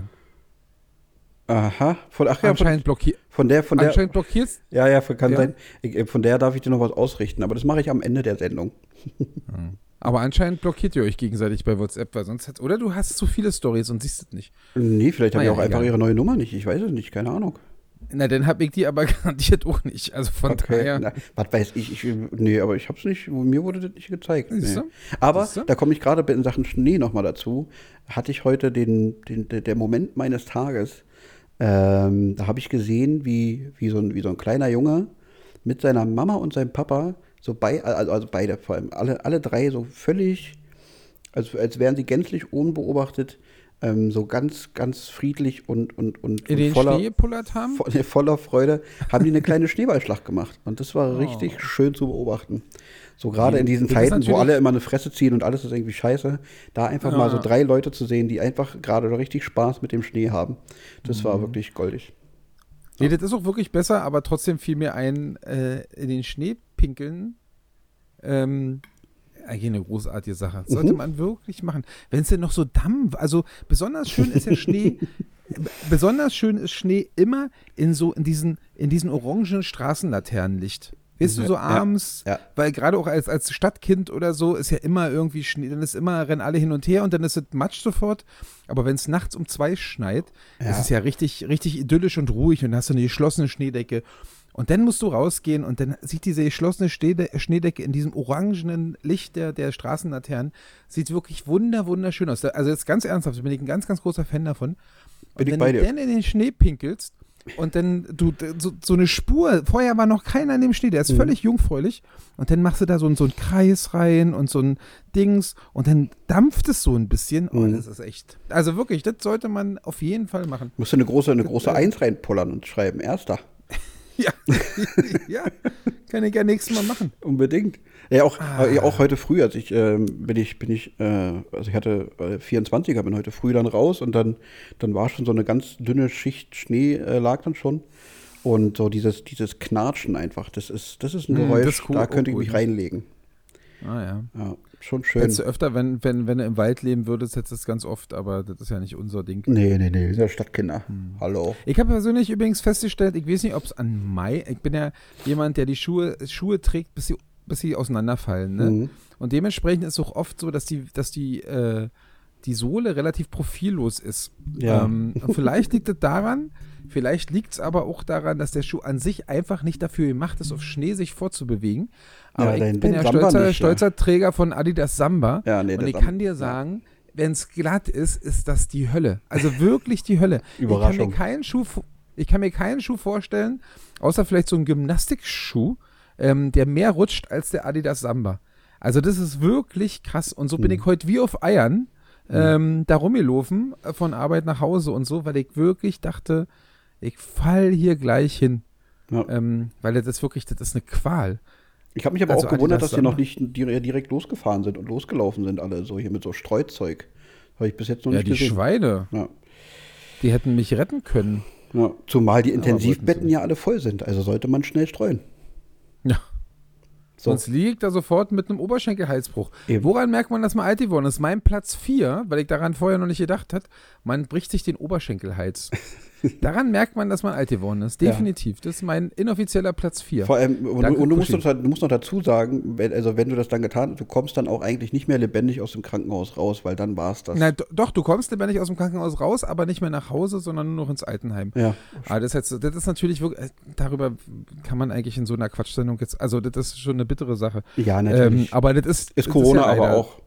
Aha. Von, ach ja, von, Anscheinend, blockier von der, von der, anscheinend blockierst ja, ja, kann Ja. sein. Ich, äh, von der darf ich dir noch was ausrichten, aber das mache ich am Ende der Sendung. Aber anscheinend blockiert ihr euch gegenseitig bei WhatsApp, weil sonst hat, oder du hast zu viele Stories und siehst es nicht. Nee, vielleicht habe ich Naja, auch einfach egal. ihre neue Nummer nicht. Ich weiß es nicht, keine Ahnung. Na, dann hab ich die aber garantiert auch nicht. Also von daher. Na, was weiß ich, ich, nee, aber ich hab's nicht, mir wurde das nicht gezeigt. Siehst Nee. du? Aber Siehst du? da komme ich gerade in Sachen Schnee nochmal dazu. Hatte ich heute den, den, der der Moment meines Tages. Ähm, da habe ich gesehen, wie, wie, so ein, wie so ein kleiner Junge mit seiner Mama und seinem Papa, so bei, also, also beide vor allem, alle, alle drei so völlig, also als wären sie gänzlich unbeobachtet, ähm, so ganz, ganz friedlich und, und, und, In und den voller, Schnee gepullert haben? vo- voller Freude, haben die eine kleine Schneeballschlacht gemacht. Und das war Oh. richtig schön zu beobachten. So gerade in diesen Das ist Zeiten, wo natürlich- alle immer eine Fresse ziehen und alles ist irgendwie scheiße, da einfach mal so Ja. drei Leute zu sehen, die einfach gerade richtig Spaß mit dem Schnee haben. Das Mhm. war wirklich goldig. Nee, das ist auch wirklich besser, aber trotzdem fiel mir ein, äh, in den Schnee pinkeln. Ähm, eigentlich eine großartige Sache. Das sollte Mhm. man wirklich machen. Wenn es denn noch so Dampf, also besonders schön ist ja Schnee, b- besonders schön ist Schnee immer in so, in diesen, in diesen orangen Straßenlaternenlicht. Weißt du, so Ja, abends, ja. weil gerade auch als, als Stadtkind oder so ist ja immer irgendwie Schnee, dann ist immer, rennen alle hin und her und dann ist es Matsch sofort. Aber wenn es nachts um zwei schneit, Ja. ist es ja richtig, richtig idyllisch und ruhig und dann hast du eine geschlossene Schneedecke. Und dann musst du rausgehen und dann sieht diese geschlossene Schneede Schneedecke in diesem orangenen Licht der, der Straßenlaternen, sieht wirklich wunder, wunderschön aus. Da- Also jetzt ganz ernsthaft, bin ich ein ganz, ganz großer Fan davon. Bin ich Und bei wenn dir. du dann in den Schnee pinkelst, und dann du so, so eine Spur, vorher war noch keiner in dem Schnee, der ist Mhm. völlig jungfräulich und dann machst du da so, so einen Kreis rein und so ein Dings und dann dampft es so ein bisschen. Oh, Mhm. das ist echt, also wirklich, das sollte man auf jeden Fall machen. Musst du eine große, eine große Äh, Eins reinpullern und schreiben, Erster. Ja, ja, kann ich ja nächstes Mal machen. Unbedingt. Ja, auch, Ah. äh, auch heute früh, als ich, ähm, bin ich, bin ich, äh, also ich hatte äh, vierundzwanziger, bin heute früh dann raus und dann, dann war schon so eine ganz dünne Schicht Schnee, äh, lag dann schon. Und so dieses, dieses Knatschen einfach, das ist, das ist ein Hm, Geräusch, das ist cool, da könnte oh, ich mich gut. reinlegen. Ah ja. Ja, schon schön. Hättest du öfter, wenn, wenn, wenn du im Wald leben würdest, hättest du es ganz oft, aber das ist ja nicht unser Ding. Nee, nee, nee, wir sind ja Stadtkinder. Hm. Hallo. Ich habe persönlich übrigens festgestellt, ich weiß nicht, ob es an Mai, ich bin ja jemand, der die Schuhe, Schuhe trägt, bis sie, bis sie auseinanderfallen. Ne? Mhm. Und dementsprechend ist es auch oft so, dass die, dass die, äh, die Sohle relativ profillos ist. Ja. Ähm, und vielleicht liegt es daran, vielleicht liegt es aber auch daran, dass der Schuh an sich einfach nicht dafür gemacht ist, auf Schnee sich fortzubewegen. Aber Ja, ich dein- bin dein ja Samba stolzer, nicht, stolzer Träger von Adidas Samba. Ja, nee, und der ich Samba- kann dir ja. sagen, wenn es glatt ist, ist das die Hölle. Also wirklich die Hölle. Ich kann Überraschung. mir keinen Schuh, vo- ich kann mir keinen Schuh vorstellen, außer vielleicht so einen Gymnastikschuh, ähm, der mehr rutscht als der Adidas Samba. Also das ist wirklich krass. Und so bin Hm. ich heute wie auf Eiern ähm, da rumgelaufen, äh, von Arbeit nach Hause und so, weil ich wirklich dachte, ich fall hier gleich hin. Ja. Ähm, weil das ist wirklich, das ist eine Qual. Ich habe mich aber Also auch gewundert, Adidas dass die noch Samba. nicht di- direkt losgefahren sind und losgelaufen sind, alle so hier mit so Streuzeug. Habe ich bis jetzt noch Ja, nicht die gesehen. Schweine, Ja. die hätten mich retten können. Ja. Zumal die Aber wollten Intensivbetten sie ja alle voll sind, also sollte man schnell streuen. Ja. So. Sonst liegt er sofort mit einem Oberschenkelhalsbruch. Eben. Woran merkt man, dass man alt geworden ist? Mein Platz vier, weil ich daran vorher noch nicht gedacht habe, man bricht sich den Oberschenkelhals. Daran merkt man, dass man alt geworden ist. Ja. Definitiv. Das ist mein inoffizieller Platz vier. Vor allem, und, Danke, und du, musst Kuschi. uns halt, du musst noch dazu sagen, wenn, also wenn du das dann getan hast, du kommst dann auch eigentlich nicht mehr lebendig aus dem Krankenhaus raus, weil dann war es das. Nein, do- doch, du kommst lebendig aus dem Krankenhaus raus, aber nicht mehr nach Hause, sondern nur noch ins Altenheim. Ja, Aber das, ist jetzt, das ist natürlich wirklich, äh, darüber kann man eigentlich in so einer Quatschsendung jetzt, also das ist schon eine bittere Sache. ja Ähm, natürlich. aber das ist. ist das Corona ja aber leider- auch.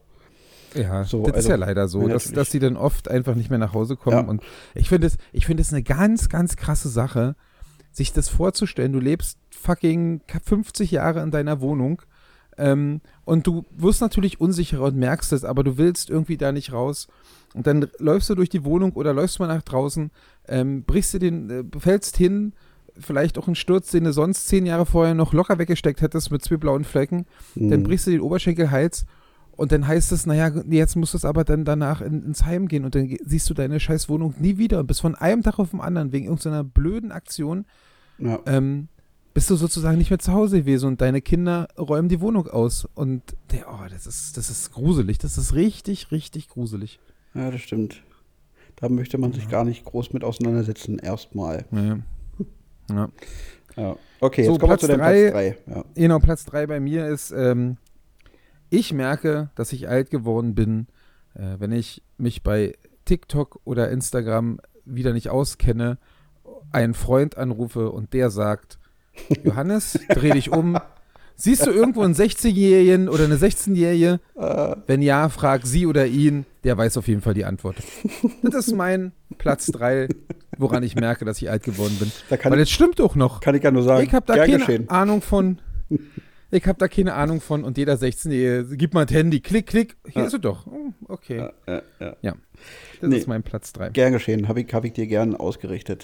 Ja, So, das also- ist ja leider so, ja, dass, natürlich. dass die dann oft einfach nicht mehr nach Hause kommen. Ja. Und ich finde es ich finde es eine ganz, ganz krasse Sache, sich das vorzustellen. Du lebst fucking fünfzig Jahre in deiner Wohnung ähm, und du wirst natürlich unsicherer und merkst es, aber du willst irgendwie da nicht raus. Und dann läufst du durch die Wohnung oder läufst mal nach draußen, ähm, brichst du den, äh, fällst hin, vielleicht auch einen Sturz, den du sonst zehn Jahre vorher noch locker weggesteckt hättest mit zwei blauen Flecken. Dann Mhm. brichst du den Oberschenkelhals und dann heißt es, naja, jetzt musst du es aber dann danach in, ins Heim gehen und dann ge- siehst du deine scheiß Wohnung nie wieder und bist von einem Tag auf den anderen wegen irgendeiner blöden Aktion, Ja. ähm, bist du sozusagen nicht mehr zu Hause gewesen und deine Kinder räumen die Wohnung aus und der, oh, das ist, das ist gruselig, das ist richtig, richtig gruselig. ja, das stimmt. Da möchte man sich gar nicht groß mit auseinandersetzen, erstmal. Ja. Ja. Ja. Okay, So, jetzt kommen wir Platz zu deinem drei. Platz drei. Ja. Genau, Platz drei bei mir ist, ähm, ich merke, dass ich alt geworden bin, äh, wenn ich mich bei TikTok oder Instagram wieder nicht auskenne, einen Freund anrufe und der sagt, Johannes, dreh dich um. Siehst du irgendwo einen sechzigjährigen oder eine sechzehnjährige? Wenn ja, frag sie oder ihn, der weiß auf jeden Fall die Antwort. Das ist mein Platz drei, woran ich merke, dass ich alt geworden bin. Da kann, Weil ich, das stimmt doch noch. kann ich ja nur sagen, Ich habe da gern keine geschehen. Ahnung von. Ich habe da keine Ahnung von und jeder sechzehnjährige, gib mal das Handy, klick, klick, hier Ja. ist es doch. Oh, okay, Ja, ja, ja. ja. Das Nee. ist mein Platz drei. Gern geschehen, habe ich, hab ich dir gern ausgerichtet.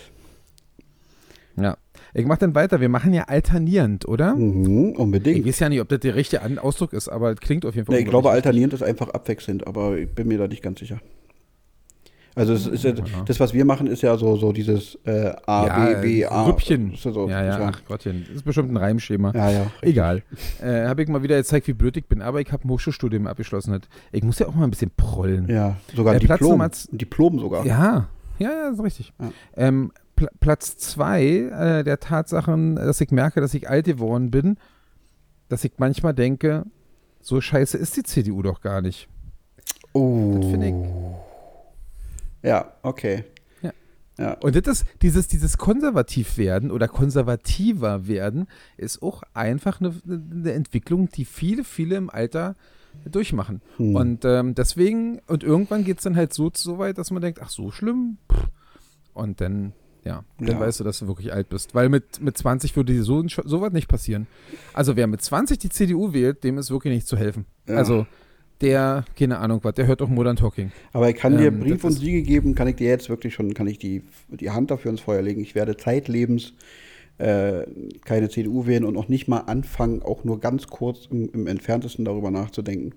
Ja. Ich mache dann weiter. Wir machen ja alternierend, oder? Mhm, Ich unbedingt. weiß ja nicht, ob das der richtige An- Ausdruck ist, aber es klingt auf jeden Fall. Nee, ich glaube, unglaublich alternierend ist einfach abwechselnd, aber ich bin mir da nicht ganz sicher. Also es ist ja, Ja. das, was wir machen, ist ja so, so dieses äh, A, ja, B, B, A. Rüppchen. Ist ja, so, ja, ja, ja. ach Gottchen. Das ist bestimmt ein Reimschema. ja, ja. richtig. Egal. Äh, habe ich mal wieder gezeigt, wie blöd ich bin, aber ich habe ein Hochschulstudium abgeschlossen. Hat. Ich muss ja auch mal ein bisschen prollen. Ja, sogar ein Äh, Platz Diplom. Nummer Ein z- Diplom sogar. Ja, ja, ja, ist richtig. Ja. Ähm, Pl- Platz zwei äh, der Tatsachen, dass ich merke, dass ich alt geworden bin, dass ich manchmal denke, so scheiße ist die C D U doch gar nicht. Oh. Das finde ich. Ja, okay. Ja. Ja. Und das ist, dieses, dieses konservativ werden oder konservativer werden, ist auch einfach eine, eine Entwicklung, die viele, viele im Alter durchmachen. Hm. Und ähm, deswegen, und irgendwann geht es dann halt so, so weit, dass man denkt, ach so schlimm. Pff. Und dann, Ja, dann Ja. weißt du, dass du wirklich alt bist. Weil mit, mit zwanzig würde dir so, so was nicht passieren. Also wer mit zwanzig die C D U wählt, dem ist wirklich nicht zu helfen. Ja. Also der, keine Ahnung was, der hört doch Modern Talking. Aber ich kann dir Ähm, Brief das und ist- Siegel geben, kann ich dir jetzt wirklich schon, kann ich die, die Hand dafür ins Feuer legen. Ich werde zeitlebens äh, keine C D U wählen und auch nicht mal anfangen, auch nur ganz kurz im, im Entferntesten darüber nachzudenken.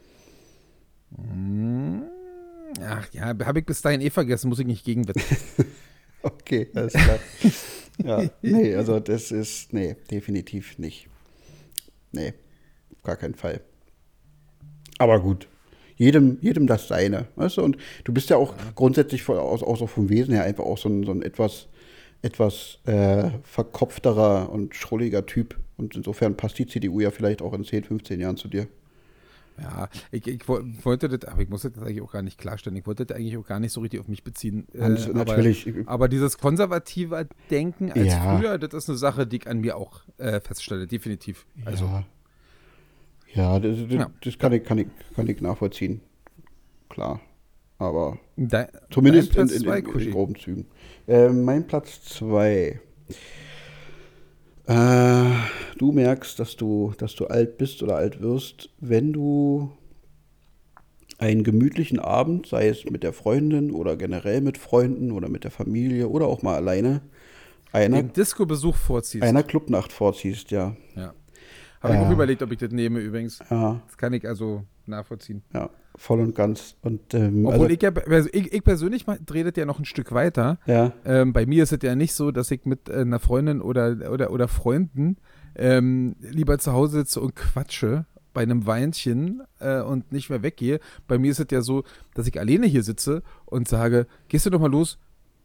Ach ja, habe ich bis dahin eh vergessen, muss ich nicht gegenwetten. Okay, alles klar. Ja, nee, also das ist, nee, definitiv nicht. Nee, auf gar keinen Fall. Aber gut, jedem, jedem das Seine, weißt du, und du bist ja auch grundsätzlich von, aus, auch so vom Wesen her einfach auch so ein, so ein etwas, etwas äh, verkopfterer und schrulliger Typ und insofern passt die C D U ja vielleicht auch in zehn, fünfzehn Jahren zu dir. Ja, ich, ich wo- wollte das, aber ich muss das eigentlich auch gar nicht klarstellen. Ich wollte das eigentlich auch gar nicht so richtig auf mich beziehen. Äh, Hans, natürlich. Aber, aber dieses konservative Denken als Ja. früher, das ist eine Sache, die ich an mir auch äh, feststelle, definitiv. Also, ja, ja, das, das, Ja. das kann, ich, kann, ich, kann ich nachvollziehen. Klar, aber de, zumindest dein in, Platz in, zwei, in, in Kuschi. groben Zügen. Äh, mein Platz zwei. Äh, du merkst, dass du, dass du alt bist oder alt wirst, wenn du einen gemütlichen Abend, sei es mit der Freundin oder generell mit Freunden oder mit der Familie oder auch mal alleine, einer, Den Disco-Besuch vorziehst. einer Clubnacht vorziehst, ja. Ja. Habe ich Ja. auch überlegt, ob ich das nehme übrigens. Ja, Das kann ich also nachvollziehen. ja, voll und ganz. Und, ähm, Obwohl also, ich, ja, also ich, ich persönlich mal- drehe das ja noch ein Stück weiter. ja, Ähm, bei mir ist es ja nicht so, dass ich mit äh, einer Freundin oder, oder, oder Freunden ähm, lieber zu Hause sitze und quatsche bei einem Weinchen äh, und nicht mehr weggehe. Bei mir ist es ja so, dass ich alleine hier sitze und sage, gehst du doch mal los?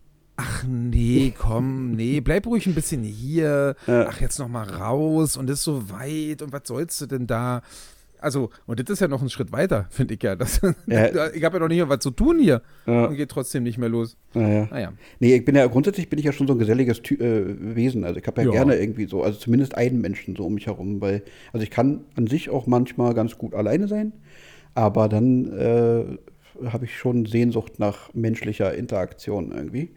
Ach nee, komm, nee, bleib ruhig ein bisschen hier. Ja. Ach, jetzt noch mal raus und ist so weit und was sollst du denn da? Also, und das ist ja noch ein Schritt weiter, finde ich ja. Das, Ja. ich habe ja noch nicht mehr was zu tun hier Ja. und geht trotzdem nicht mehr los. naja. Naja. Nee, ich bin ja, grundsätzlich bin ich ja schon so ein geselliges Ty äh, Wesen. Also ich habe ja, Ja. gerne irgendwie so, also zumindest einen Menschen so um mich herum, weil, also ich kann an sich auch manchmal ganz gut alleine sein, aber dann äh, habe ich schon Sehnsucht nach menschlicher Interaktion irgendwie.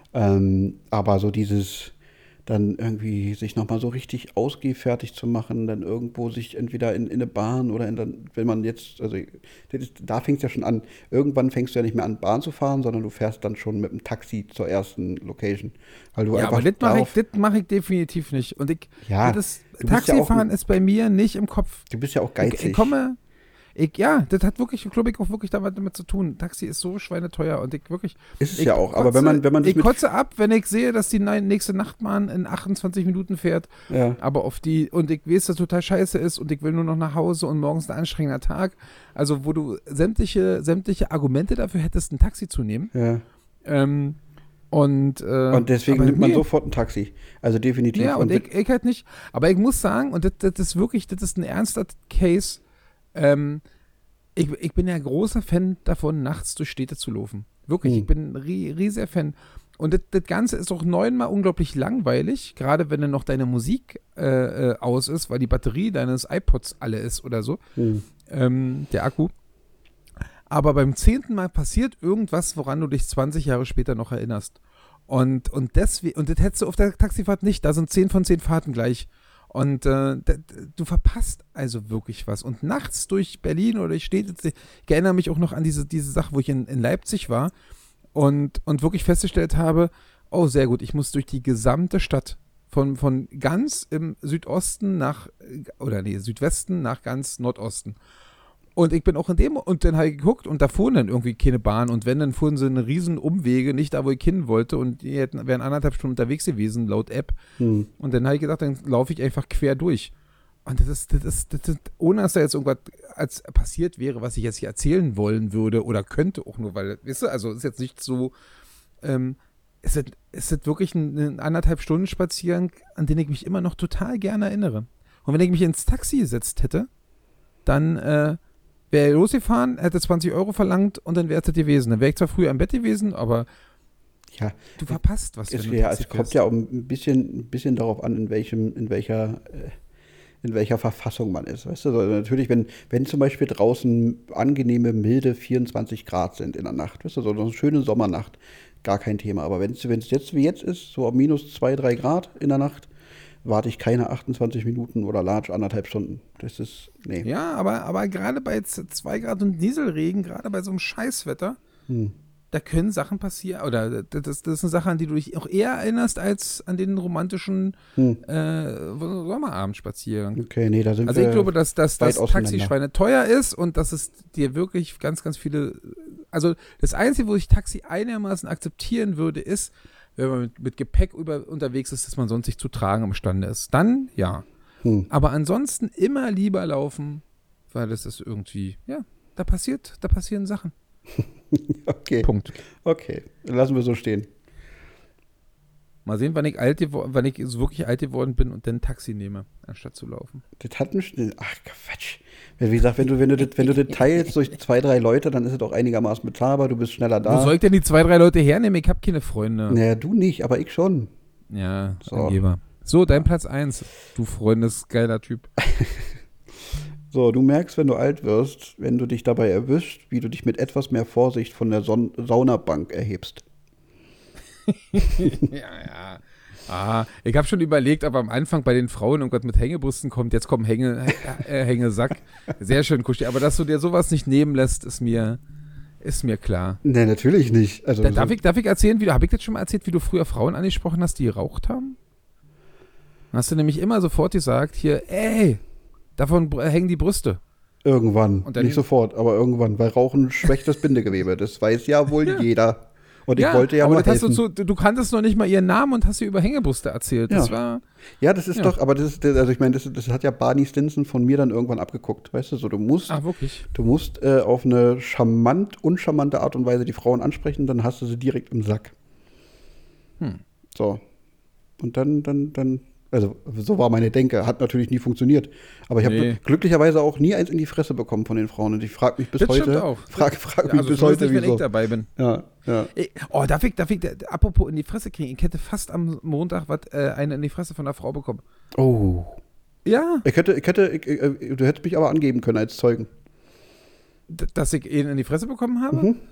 Ähm, aber so dieses, dann irgendwie sich nochmal so richtig ausgehfertig zu machen, dann irgendwo sich entweder in, in eine Bahn oder in dann, wenn man jetzt, also das ist, da fängt es ja schon an, irgendwann fängst du ja nicht mehr an, Bahn zu fahren, sondern du fährst dann schon mit dem Taxi zur ersten Location. Weil du Ja, einfach aber das mache darauf- ich, das mach ich definitiv nicht. Und ich, Ja, das du bist ja auch Taxifahren ein- ist bei mir nicht im Kopf. du bist ja auch Ich, geizig. ich komme, ich, ja, das hat wirklich, glaube ich, auch wirklich damit, damit zu tun. Taxi ist so schweineteuer und ich wirklich. Ist es ich ja auch, aber wenn man, wenn man das Ich mit, kotze ab, wenn ich sehe, dass die nein- nächste Nachtbahn in achtundzwanzig Minuten fährt, ja, aber auf die, und ich weiß, dass total scheiße ist und ich will nur noch nach Hause und morgens ein anstrengender Tag. Also, wo du sämtliche, sämtliche Argumente dafür hättest, ein Taxi zu nehmen. ja. Ähm, und, äh, Und deswegen aber nimmt man nee. sofort ein Taxi. Also definitiv. Ja, und mit- ich, ich halt nicht. Aber ich muss sagen, und das, das ist wirklich, das ist ein ernster Case, ähm, ich, ich bin ja großer Fan davon, nachts durch Städte zu laufen. Wirklich, Hm. ich bin ein rie- riesiger Fan. Und das, das Ganze ist auch neunmal unglaublich langweilig, gerade wenn dann noch deine Musik äh, äh, aus ist, weil die Batterie deines iPods alle ist oder so, Hm. ähm, der Akku. Aber beim zehnten Mal passiert irgendwas, woran du dich zwanzig Jahre später noch erinnerst. Und, und, deswegen, und das hättest du auf der Taxifahrt nicht. Da sind zehn von zehn Fahrten gleich. Und äh, d- d- du verpasst also wirklich was. Und nachts durch Berlin oder durch Städte, ich erinnere mich auch noch an diese, diese Sache, wo ich in, in Leipzig war und, und wirklich festgestellt habe, oh, sehr gut, ich muss durch die gesamte Stadt. Von, von ganz im Südosten nach, oder nee, Südwesten nach ganz Nordosten. Und ich bin auch in dem, und dann habe ich geguckt und da fuhren dann irgendwie keine Bahn und wenn, dann fuhren sie eine riesen Umwege, nicht da, wo ich hin wollte und die hätten, wären anderthalb Stunden unterwegs gewesen, laut App. Hm. Und dann habe ich gedacht, dann laufe ich einfach quer durch. Und das ist, das ist, das ist, ohne dass da jetzt irgendwas als passiert wäre, was ich jetzt hier erzählen wollen würde oder könnte, auch nur, weil, weißt du, also ist jetzt nicht so, ähm, es ist, es ist wirklich ein, ein anderthalb Stunden Spaziergang, an den ich mich immer noch total gerne erinnere. Und wenn ich mich ins Taxi gesetzt hätte, dann äh, wäre er losgefahren, hätte zwanzig Euro verlangt und dann wäre es das gewesen. Dann wäre ich zwar früher im Bett gewesen, aber Ja, du verpasst was. es, wenn du ja, Taxi es kommt fährst. ja auch ein bisschen, ein bisschen darauf an, in welchem, in welcher, äh, in welcher Verfassung man ist. Weißt du, also natürlich, wenn, wenn zum Beispiel draußen angenehme, milde vierundzwanzig Grad sind in der Nacht, weißt du, so eine schöne Sommernacht, gar kein Thema. Aber wenn es jetzt wie jetzt ist, so minus zwei, drei Grad in der Nacht, warte ich keine achtundzwanzig Minuten oder large anderthalb Stunden. Das ist, nee. Ja, aber, aber gerade bei zwei Grad und Nieselregen, gerade bei so einem Scheißwetter, Hm. da können Sachen passieren, oder das, das ist eine Sache, an die du dich auch eher erinnerst, als an den romantischen Hm. äh, Sommerabendspaziergang. Okay, nee, da sind Also wir ich glaube, dass, dass weit das auseinander. Taxischweine teuer ist und dass es dir wirklich ganz, ganz viele, also das Einzige, wo ich Taxi einigermaßen akzeptieren würde, ist, wenn man mit, mit Gepäck über, unterwegs ist, dass man sonst nicht zu tragen imstande ist. Dann ja. Hm. Aber ansonsten immer lieber laufen, weil das ist irgendwie, ja, da passiert, da passieren Sachen. Okay, Punkt. okay, lassen wir so stehen. Mal sehen, wann ich alt geworden, wann ich so wirklich alt geworden bin und dann ein Taxi nehme, anstatt zu laufen. Das hat einen Schnell. Ach, Quatsch. Wie gesagt, wenn du, wenn du, das, wenn du das teilst durch zwei, drei Leute, dann ist es auch einigermaßen bezahlbar, du bist schneller Wo da. soll ich denn die zwei, drei Leute hernehmen? Ich habe keine Freunde. Naja, du nicht, aber ich schon. Ja, So. Angeber. So, dein Platz eins. Du freundesgeiler Typ. So, du merkst, wenn du alt wirst, wenn du dich dabei erwischt, wie du dich mit etwas mehr Vorsicht von der Son- Saunabank erhebst. Ja, ja. Ah, ich habe schon überlegt, aber am Anfang bei den Frauen irgendwas mit Hängebrüsten kommt, jetzt kommt Hänge, äh, Hängesack. Sehr schön kuschelig. Aber dass du dir sowas nicht nehmen lässt, ist mir, ist mir klar. Nee, natürlich nicht. Also, Da, darf, so, ich, darf ich erzählen, wie du, habe ich das schon mal erzählt, wie du früher Frauen angesprochen hast, die geraucht haben? Dann hast du nämlich immer sofort gesagt, hier, ey, davon br- hängen die Brüste. irgendwann. Und dann- Nicht sofort, aber irgendwann, weil Rauchen schwächt das Bindegewebe. Das weiß ja wohl jeder. Und ich wollte ja aber mal das hast helfen. du, zu, du kanntest noch nicht mal ihren Namen und hast dir über Hängebrüste erzählt. Das Ja. war, Ja, das ist Ja. doch, aber das ist, also ich meine, das, das hat ja Barney Stinson von mir dann irgendwann abgeguckt, weißt du, so du musst, ah, wirklich. du musst äh, auf eine charmant, uncharmante Art und Weise die Frauen ansprechen, dann hast du sie direkt im Sack. Hm. So. Und dann, dann, dann, also so war meine Denke, hat natürlich nie funktioniert. Aber ich habe Nee. glücklicherweise auch nie eins in die Fresse bekommen von den Frauen und ich frage mich bis Das heute, stimmt auch. frag, frag Ja, mich also bis zumindest heute, nicht, wenn wieso. ich dabei bin. Ja, ja. Ey, oh, darf ich, darf ich, da- apropos in die Fresse kriegen, ich hätte fast am Montag was, äh, eine in die Fresse von einer Frau bekommen. Oh. Ja, Ich hätte, ich hätte, ich, ich, du hättest mich aber angeben können als Zeugen. d- dass ich ihn in die Fresse bekommen habe? Mhm.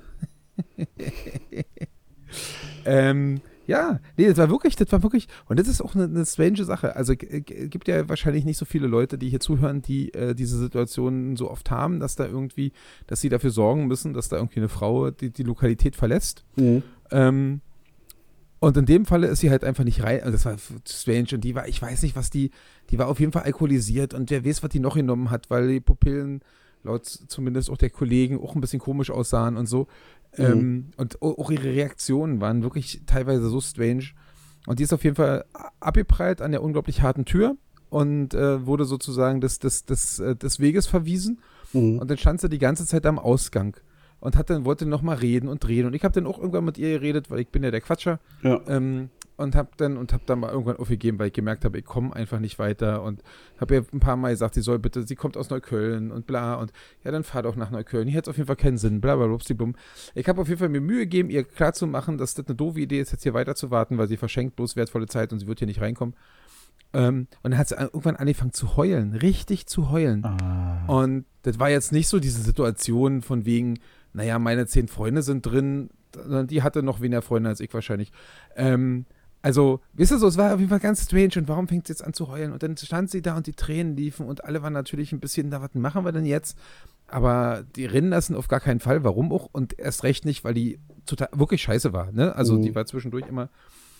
Ähm, ja, nee, das war wirklich, das war wirklich, und das ist auch eine, eine strange Sache. Also es gibt ja wahrscheinlich nicht so viele Leute, die hier zuhören, die äh, diese Situationen so oft haben, dass da irgendwie, dass sie dafür sorgen müssen, dass da irgendwie eine Frau die, die Lokalität verlässt. Mhm. Ähm, und in dem Falle ist sie halt einfach nicht rein, also das war strange und die war, ich weiß nicht, was die, die war auf jeden Fall alkoholisiert und wer weiß, was die noch genommen hat, weil die Pupillen laut zumindest auch der Kollegen auch ein bisschen komisch aussahen und so. Mhm. Ähm, und au- auch ihre Reaktionen waren wirklich teilweise so strange. Und die ist auf jeden Fall a- abgeprallt an der unglaublich harten Tür und äh, wurde sozusagen des, des, des, äh, des Weges verwiesen. Mhm. Und dann stand sie die ganze Zeit am Ausgang und hat dann, wollte noch mal reden und reden. Und ich habe dann auch irgendwann mit ihr geredet, weil ich bin ja der Quatscher. Ja. Ähm, und habe dann, und hab dann mal irgendwann aufgegeben, weil ich gemerkt habe, ich komme einfach nicht weiter. Und habe ihr ein paar Mal gesagt, sie soll bitte, sie kommt aus Neukölln und bla. Und ja, dann fahr doch nach Neukölln. Hier hat es auf jeden Fall keinen Sinn, bla, bla, blubsdi-blum. Ich habe auf jeden Fall mir Mühe gegeben, ihr klarzumachen, dass das eine doofe Idee ist, jetzt hier weiter zu warten, weil sie verschenkt bloß wertvolle Zeit und sie wird hier nicht reinkommen. Ähm, und dann hat sie irgendwann angefangen zu heulen, richtig zu heulen. Ah. Und das war jetzt nicht so diese Situation von wegen, naja, meine zehn Freunde sind drin, sondern die hatte noch weniger Freunde als ich wahrscheinlich. Ähm, also, wisst ihr so, es war auf jeden Fall ganz strange und warum fängt sie jetzt an zu heulen? Und dann stand sie da und die Tränen liefen und alle waren natürlich ein bisschen, na, was machen wir denn jetzt? Aber die rennen lassen auf gar keinen Fall, warum auch? Und erst recht nicht, weil die total, wirklich scheiße war, ne? Also, Mhm. die war zwischendurch immer,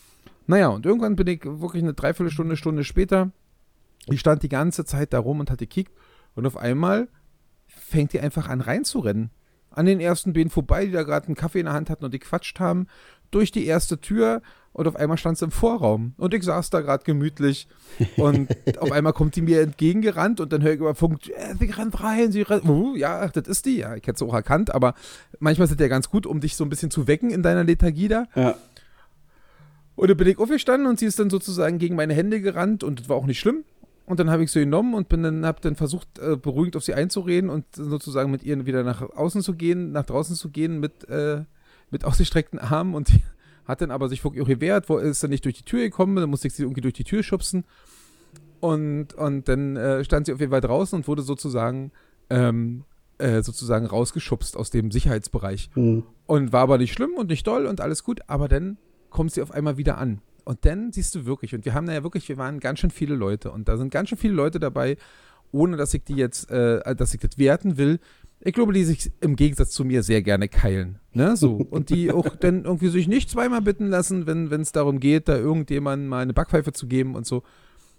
naja, und irgendwann bin ich wirklich eine Dreiviertelstunde, Stunde später, ich stand die ganze Zeit da rum und hatte gekickt und auf einmal fängt die einfach an reinzurennen. An den ersten beiden vorbei, die da gerade einen Kaffee in der Hand hatten und die quatscht haben, durch die erste Tür und auf einmal stand sie im Vorraum. Und ich saß da gerade gemütlich und auf einmal kommt die mir entgegengerannt und dann höre ich über Funk, äh, sie rennt rein, sie rennt, uh, ja, das ist die, ja, ich hätte es auch erkannt, aber manchmal sind die ja ganz gut, um dich so ein bisschen zu wecken in deiner Lethargie da. Ja. Und dann bin ich aufgestanden und sie ist dann sozusagen gegen meine Hände gerannt und das war auch nicht schlimm. Und dann habe ich sie genommen und bin dann, habe dann versucht, äh, beruhigend auf sie einzureden und sozusagen mit ihr wieder nach außen zu gehen, nach draußen zu gehen mit, äh, mit ausgestreckten Armen und die hat dann aber sich wirklich auch gewehrt, wo ist dann nicht durch die Tür gekommen, dann musste ich sie irgendwie durch die Tür schubsen. Und, und dann äh, stand sie auf jeden Fall draußen und wurde sozusagen, ähm, äh, sozusagen rausgeschubst aus dem Sicherheitsbereich. Mhm. Und war aber nicht schlimm und nicht doll und alles gut, aber dann kommt sie auf einmal wieder an. Und dann siehst du wirklich, und wir haben da ja wirklich, wir waren ganz schön viele Leute und da sind ganz schön viele Leute dabei, ohne dass ich die jetzt, äh, dass ich das werten will. Ich glaube, die sich im Gegensatz zu mir sehr gerne keilen. Ne? So. Und die auch dann irgendwie sich nicht zweimal bitten lassen, wenn es darum geht, da irgendjemandem mal eine Backpfeife zu geben und so.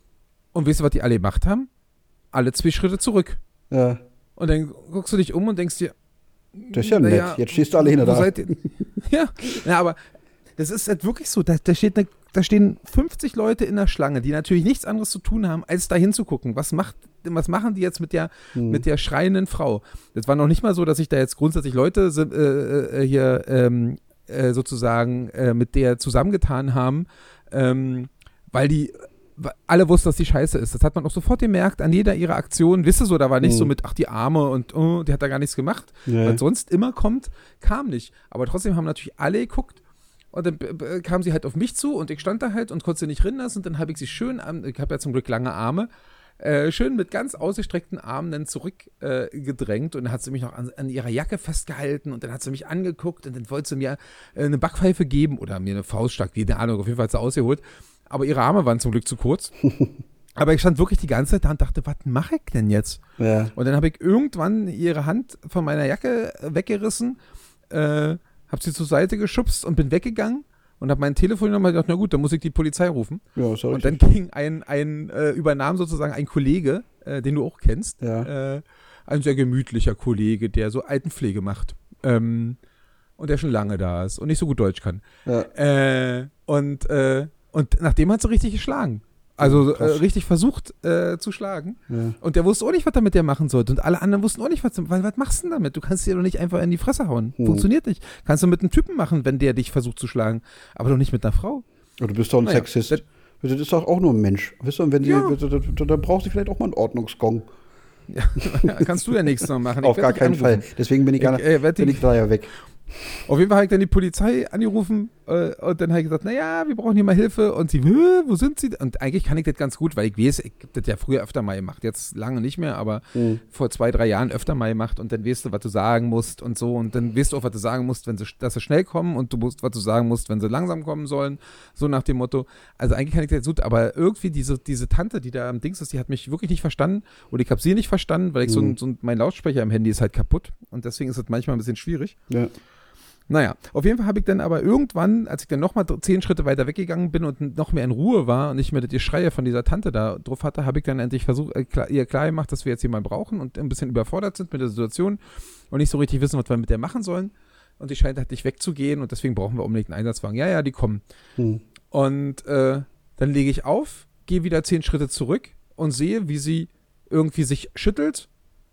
Und weißt du, was die alle gemacht haben? Alle zwei Schritte zurück. Ja. Und dann guckst du dich um und denkst dir, Das ist ja nett. naja, Jetzt stehst du alleine wo da. seid ihr? Ja, na, aber das ist halt wirklich so. Da, da, steht eine, da stehen fünfzig Leute in der Schlange, die natürlich nichts anderes zu tun haben, als da hinzugucken. Was macht, was machen die jetzt mit der, Hm. mit der schreienden Frau? Das war noch nicht mal so, dass sich da jetzt grundsätzlich Leute äh, äh, hier ähm, äh, sozusagen äh, mit der zusammengetan haben, ähm, weil die alle wussten, dass die scheiße ist. Das hat man auch sofort gemerkt an jeder ihrer Aktionen. Wisst ihr so, da war nicht Mhm. so mit, ach, die Arme und oh, die hat da gar nichts gemacht. Ja. Was sonst immer kommt, kam nicht. Aber trotzdem haben natürlich alle geguckt und dann b- b- kam sie halt auf mich zu und ich stand da halt und konnte sie nicht rinnen lassen und dann habe ich sie schön, an, ich habe ja zum Glück lange Arme, äh, schön mit ganz ausgestreckten Armen dann zurückgedrängt äh, gedrängt und dann hat sie mich noch an, an ihrer Jacke festgehalten und dann hat sie mich angeguckt und dann wollte sie mir äh, eine Backpfeife geben oder mir eine Faustschlag, wie, keine Ahnung, auf jeden Fall hat sie ausgeholt. Aber ihre Arme waren zum Glück zu kurz. Aber ich stand wirklich die ganze Zeit da und dachte, was mache ich denn jetzt? Ja. Und dann habe ich irgendwann ihre Hand von meiner Jacke weggerissen, äh, habe sie zur Seite geschubst und bin weggegangen und habe mein Telefon genommen und gedacht, na gut, dann muss ich die Polizei rufen. Ja, ist ja Und richtig. dann ging ein, ein äh, übernahm sozusagen ein Kollege, äh, den du auch kennst, Ja. äh, ein sehr gemütlicher Kollege, der so Altenpflege macht. Ähm, und der schon lange da ist und nicht so gut Deutsch kann. Ja. Äh, und, äh, und nachdem hat sie richtig geschlagen. Also äh, Krass. richtig versucht äh, zu schlagen. Ja. Und der wusste auch nicht, was er mit der machen sollte. Und alle anderen wussten auch nicht, was, weil was machst du denn damit? Du kannst dir doch nicht einfach in die Fresse hauen. Hm. Funktioniert nicht. Kannst du mit einem Typen machen, wenn der dich versucht zu schlagen. Aber doch nicht mit einer Frau. Ja, du bist doch ein Naja, Sexist. das- Das ist doch auch nur ein Mensch. Weißt du, und wenn sie, Ja. da, da, da braucht sie vielleicht auch mal einen Ordnungsgong. Ja, kannst du ja nichts noch machen. Ich Auf werd gar dich keinen anrufen. Fall. Deswegen bin ich, gar, Ich, äh, werd bin die- ich da ja weg. Auf jeden Fall habe ich dann die Polizei angerufen äh, und dann habe ich gesagt, naja, wir brauchen hier mal Hilfe. Und sie, "Hä, wo sind sie? Und eigentlich kann ich das ganz gut, weil ich weiß, ich habe das ja früher öfter mal gemacht. Jetzt lange nicht mehr, aber Mhm. vor zwei, drei Jahren öfter mal gemacht. Und dann weißt du, was du sagen musst und so. Und dann weißt du auch, was du sagen musst, wenn sie, dass sie schnell kommen. Und du musst, was du sagen musst, wenn sie langsam kommen sollen. So nach dem Motto. Also eigentlich kann ich das gut, aber irgendwie diese, diese Tante, die da am Dings ist, die hat mich wirklich nicht verstanden. Oder ich habe sie nicht verstanden, weil ich so, ein, Mhm. so ein, mein Lautsprecher im Handy ist halt kaputt. Und deswegen ist das manchmal ein bisschen schwierig. Ja. Naja, auf jeden Fall habe ich dann aber irgendwann, als ich dann nochmal zehn Schritte weiter weggegangen bin und noch mehr in Ruhe war und nicht mehr die Schreie von dieser Tante da drauf hatte, habe ich dann endlich versucht, äh, klar, ihr klar gemacht, dass wir jetzt jemanden brauchen und ein bisschen überfordert sind mit der Situation und nicht so richtig wissen, was wir mit der machen sollen. Und die scheint halt nicht wegzugehen und deswegen brauchen wir unbedingt einen Einsatzwagen. Ja, ja, die kommen. Hm. Und äh, dann lege ich auf, gehe wieder zehn Schritte zurück und sehe, wie sie irgendwie sich schüttelt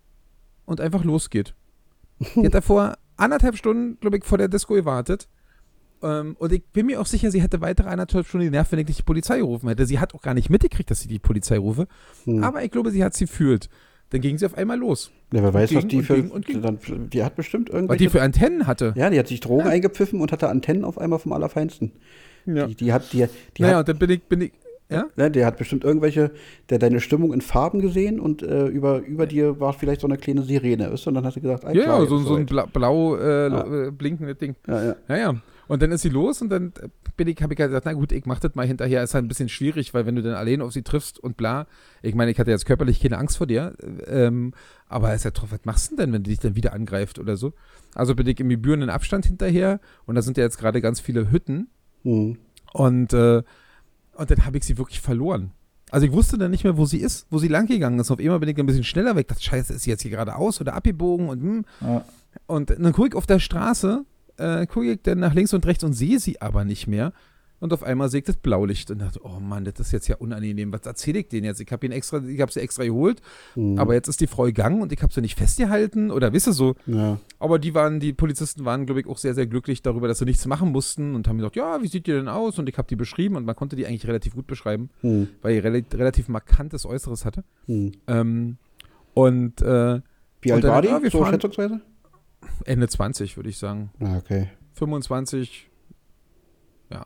und einfach losgeht. Die hat davor anderthalb Stunden, glaube ich, vor der Disco gewartet. Ähm, und ich bin mir auch sicher, sie hätte weitere anderthalb Stunden genervt, wenn ich nicht die Polizei gerufen hätte. Sie hat auch gar nicht mitgekriegt, dass sie die Polizei rufe. Hm. Aber ich glaube, sie hat sie fühlt. Dann ging sie auf einmal los. Ja, wer weiß, ging was die und für. ging und ging. Dann, die hat bestimmt Was irgendwelche. die für Antennen hatte. ja, die hat sich Drogen eingepfiffen und hatte Antennen auf einmal vom Allerfeinsten. Ja. Die, die hat, die, die naja, hat, und dann bin ich, bin ich, ja? ja, der hat bestimmt irgendwelche, der deine Stimmung in Farben gesehen und äh, über, über dir war vielleicht so eine kleine Sirene. Ist, und dann hat sie gesagt, ah, Ja, klar, ja, so, jetzt so ein soweit. bla, blau äh, Ja. äh, blinkendes Ding. Ja, ja. Ja, ja. Und dann ist sie los und dann bin ich, habe ich halt gesagt, na gut, ich mach das mal hinterher. Ist halt ein bisschen schwierig, weil wenn du dann allein auf sie triffst und bla, ich meine, ich hatte jetzt körperlich keine Angst vor dir, ähm, aber ist ja drauf, was machst du denn, wenn die dich dann wieder angreift oder so? Also bin ich im gebührenden Abstand hinterher und da sind ja jetzt gerade ganz viele Hütten Hm. und, äh, und dann habe ich sie wirklich verloren. Also ich wusste dann nicht mehr, wo sie ist, wo sie lang gegangen ist. Auf einmal bin ich ein bisschen schneller weg. Das Scheiße, ist sie jetzt hier geradeaus oder abgebogen und hm. Ja. Und dann gucke ich auf der Straße, äh, gucke ich dann nach links und rechts und sehe sie aber nicht mehr. Und auf einmal sehe ich das Blaulicht und dachte, oh Mann, das ist jetzt ja unangenehm. Was erzähle ich denen jetzt? Ich habe ihn extra, ich habe sie extra geholt, Hm. aber jetzt ist die Frau gegangen und ich habe sie nicht festgehalten oder wisst ihr so. Ja. Aber die waren, die Polizisten waren, glaube ich, auch sehr, sehr glücklich darüber, dass sie nichts machen mussten und haben gesagt, ja, wie sieht die denn aus? Und ich habe die beschrieben und man konnte die eigentlich relativ gut beschreiben, Hm. weil die rel relativ markantes Äußeres hatte. Hm. Ähm, und äh, Wie Und alt dann, war die? ja, wir so fahren- schätzungsweise? Ende zwanzig, würde ich sagen. Ah, okay. fünfundzwanzig, ja.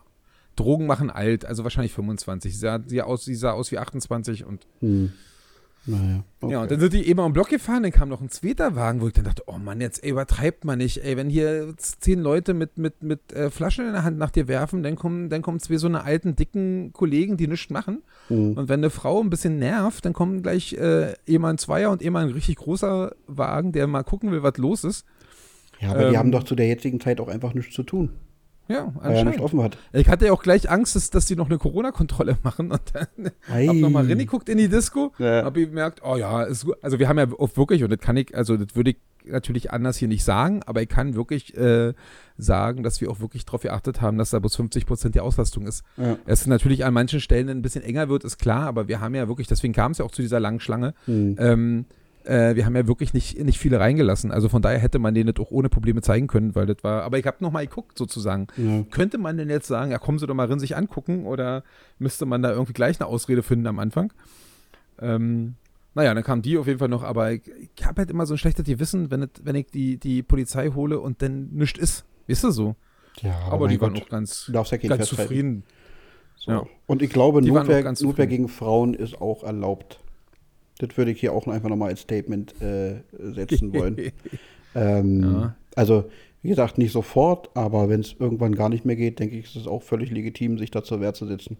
Drogen machen alt, also wahrscheinlich fünfundzwanzig. Sie sah, sie aus, sie sah aus wie achtundzwanzig und Hm. Naja. Okay. ja, und dann sind die eben am Block gefahren, dann kam noch ein zweiter Wagen, wo ich dann dachte, oh Mann, jetzt ey, übertreibt man nicht, ey, wenn hier zehn Leute mit, mit, mit äh, Flaschen in der Hand nach dir werfen, dann kommen, dann kommen zwei so eine alten, dicken Kollegen, die nichts machen. Hm. Und wenn eine Frau ein bisschen nervt, dann kommen gleich äh, eben ein Zweier und eben ein richtig großer Wagen, der mal gucken will, was los ist. Ja, aber ähm, die haben doch zu der jetzigen Zeit auch einfach nichts zu tun, Ja, weil er anscheinend. nicht offen hat. Ich hatte ja auch gleich Angst, dass, dass die noch eine Corona-Kontrolle machen und dann Ei. hab nochmal reingeguckt in die Disco, Ja. hab ich gemerkt, oh ja, ist gut. Also wir haben ja auch wirklich, und das kann ich, also das würde ich natürlich anders hier nicht sagen, aber ich kann wirklich äh, sagen, dass wir auch wirklich darauf geachtet haben, dass da bloß fünfzig Prozent die Auslastung ist. Ja. Es natürlich an manchen Stellen ein bisschen enger wird, ist klar, aber wir haben ja wirklich, deswegen kam es ja auch zu dieser langen Schlange, Hm. ähm, äh, wir haben ja wirklich nicht, nicht viele reingelassen. Also von daher hätte man denen das auch ohne Probleme zeigen können, weil das war, aber ich habe nochmal geguckt sozusagen. Ja. Könnte man denn jetzt sagen, ja, kommen Sie doch mal rein, sich angucken, oder müsste man da irgendwie gleich eine Ausrede finden am Anfang? Ähm, naja, dann kamen die auf jeden Fall noch, aber ich, ich habe halt immer so ein schlechtes Gewissen, wenn, it, wenn ich die, die Polizei hole und dann nichts ist. Weißt du so? Ja, Aber mein die waren Gott, auch ganz, du darfst ja keinen ganz festhalten. zufrieden. So. Ja. Und ich glaube, Die waren auch Notwehr, ganz Notwehr zufrieden. gegen Frauen ist auch erlaubt. Das würde ich hier auch einfach nochmal als Statement äh, setzen wollen. ähm, Ja. Also, wie gesagt, nicht sofort, aber wenn es irgendwann gar nicht mehr geht, denke ich, ist es auch völlig legitim, sich da zur Wehr zu setzen.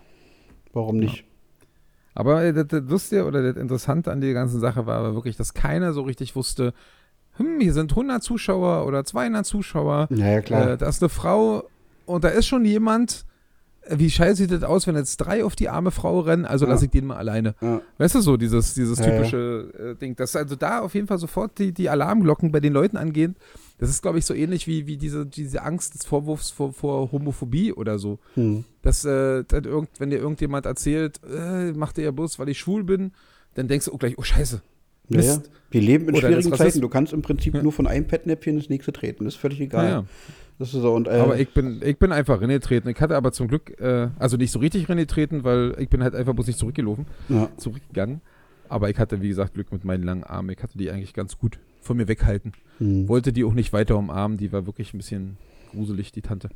Warum nicht? Aber äh, das, das Lustige oder das Interessante an der ganzen Sache war aber wirklich, dass keiner so richtig wusste, hm, hier sind hundert Zuschauer oder zweihundert Zuschauer. Ja, ja, klar. Äh, da ist eine Frau und da ist schon jemand. Äh, Wie scheiße sieht das aus, wenn jetzt drei auf die arme Frau rennen? Also Ja. lasse ich den mal alleine. Ja. Weißt du so, dieses, dieses Ja, ja. typische äh, Ding. Dass also da auf jeden Fall sofort die, die Alarmglocken bei den Leuten angehen. Das ist, glaube ich, so ähnlich wie, wie diese, diese Angst des Vorwurfs vor, vor Homophobie oder so. Hm. Dass, äh, dann irgend, wenn dir irgendjemand erzählt, äh, macht der ja bloß, weil ich schwul bin, dann denkst du auch gleich, oh Scheiße. Ja, ja. Mist. Wir leben in Oder schwierigen das Zeiten. Rassismus- Du kannst im Prinzip Ja. nur von einem Fettnäpfchen ins nächste treten. Das ist völlig egal. Ja, ja. Das ist so. Und, äh, Aber ich bin, ich bin einfach reingetreten. Ich hatte aber zum Glück, äh, also nicht so richtig reingetreten, weil ich bin halt einfach bloß nicht zurückgelaufen, ja. zurückgegangen. Aber ich hatte, wie gesagt, Glück mit meinen langen Armen. Ich hatte die eigentlich ganz gut von mir weghalten. Hm. Wollte die auch nicht weiter umarmen. Die war wirklich ein bisschen gruselig, die Tante.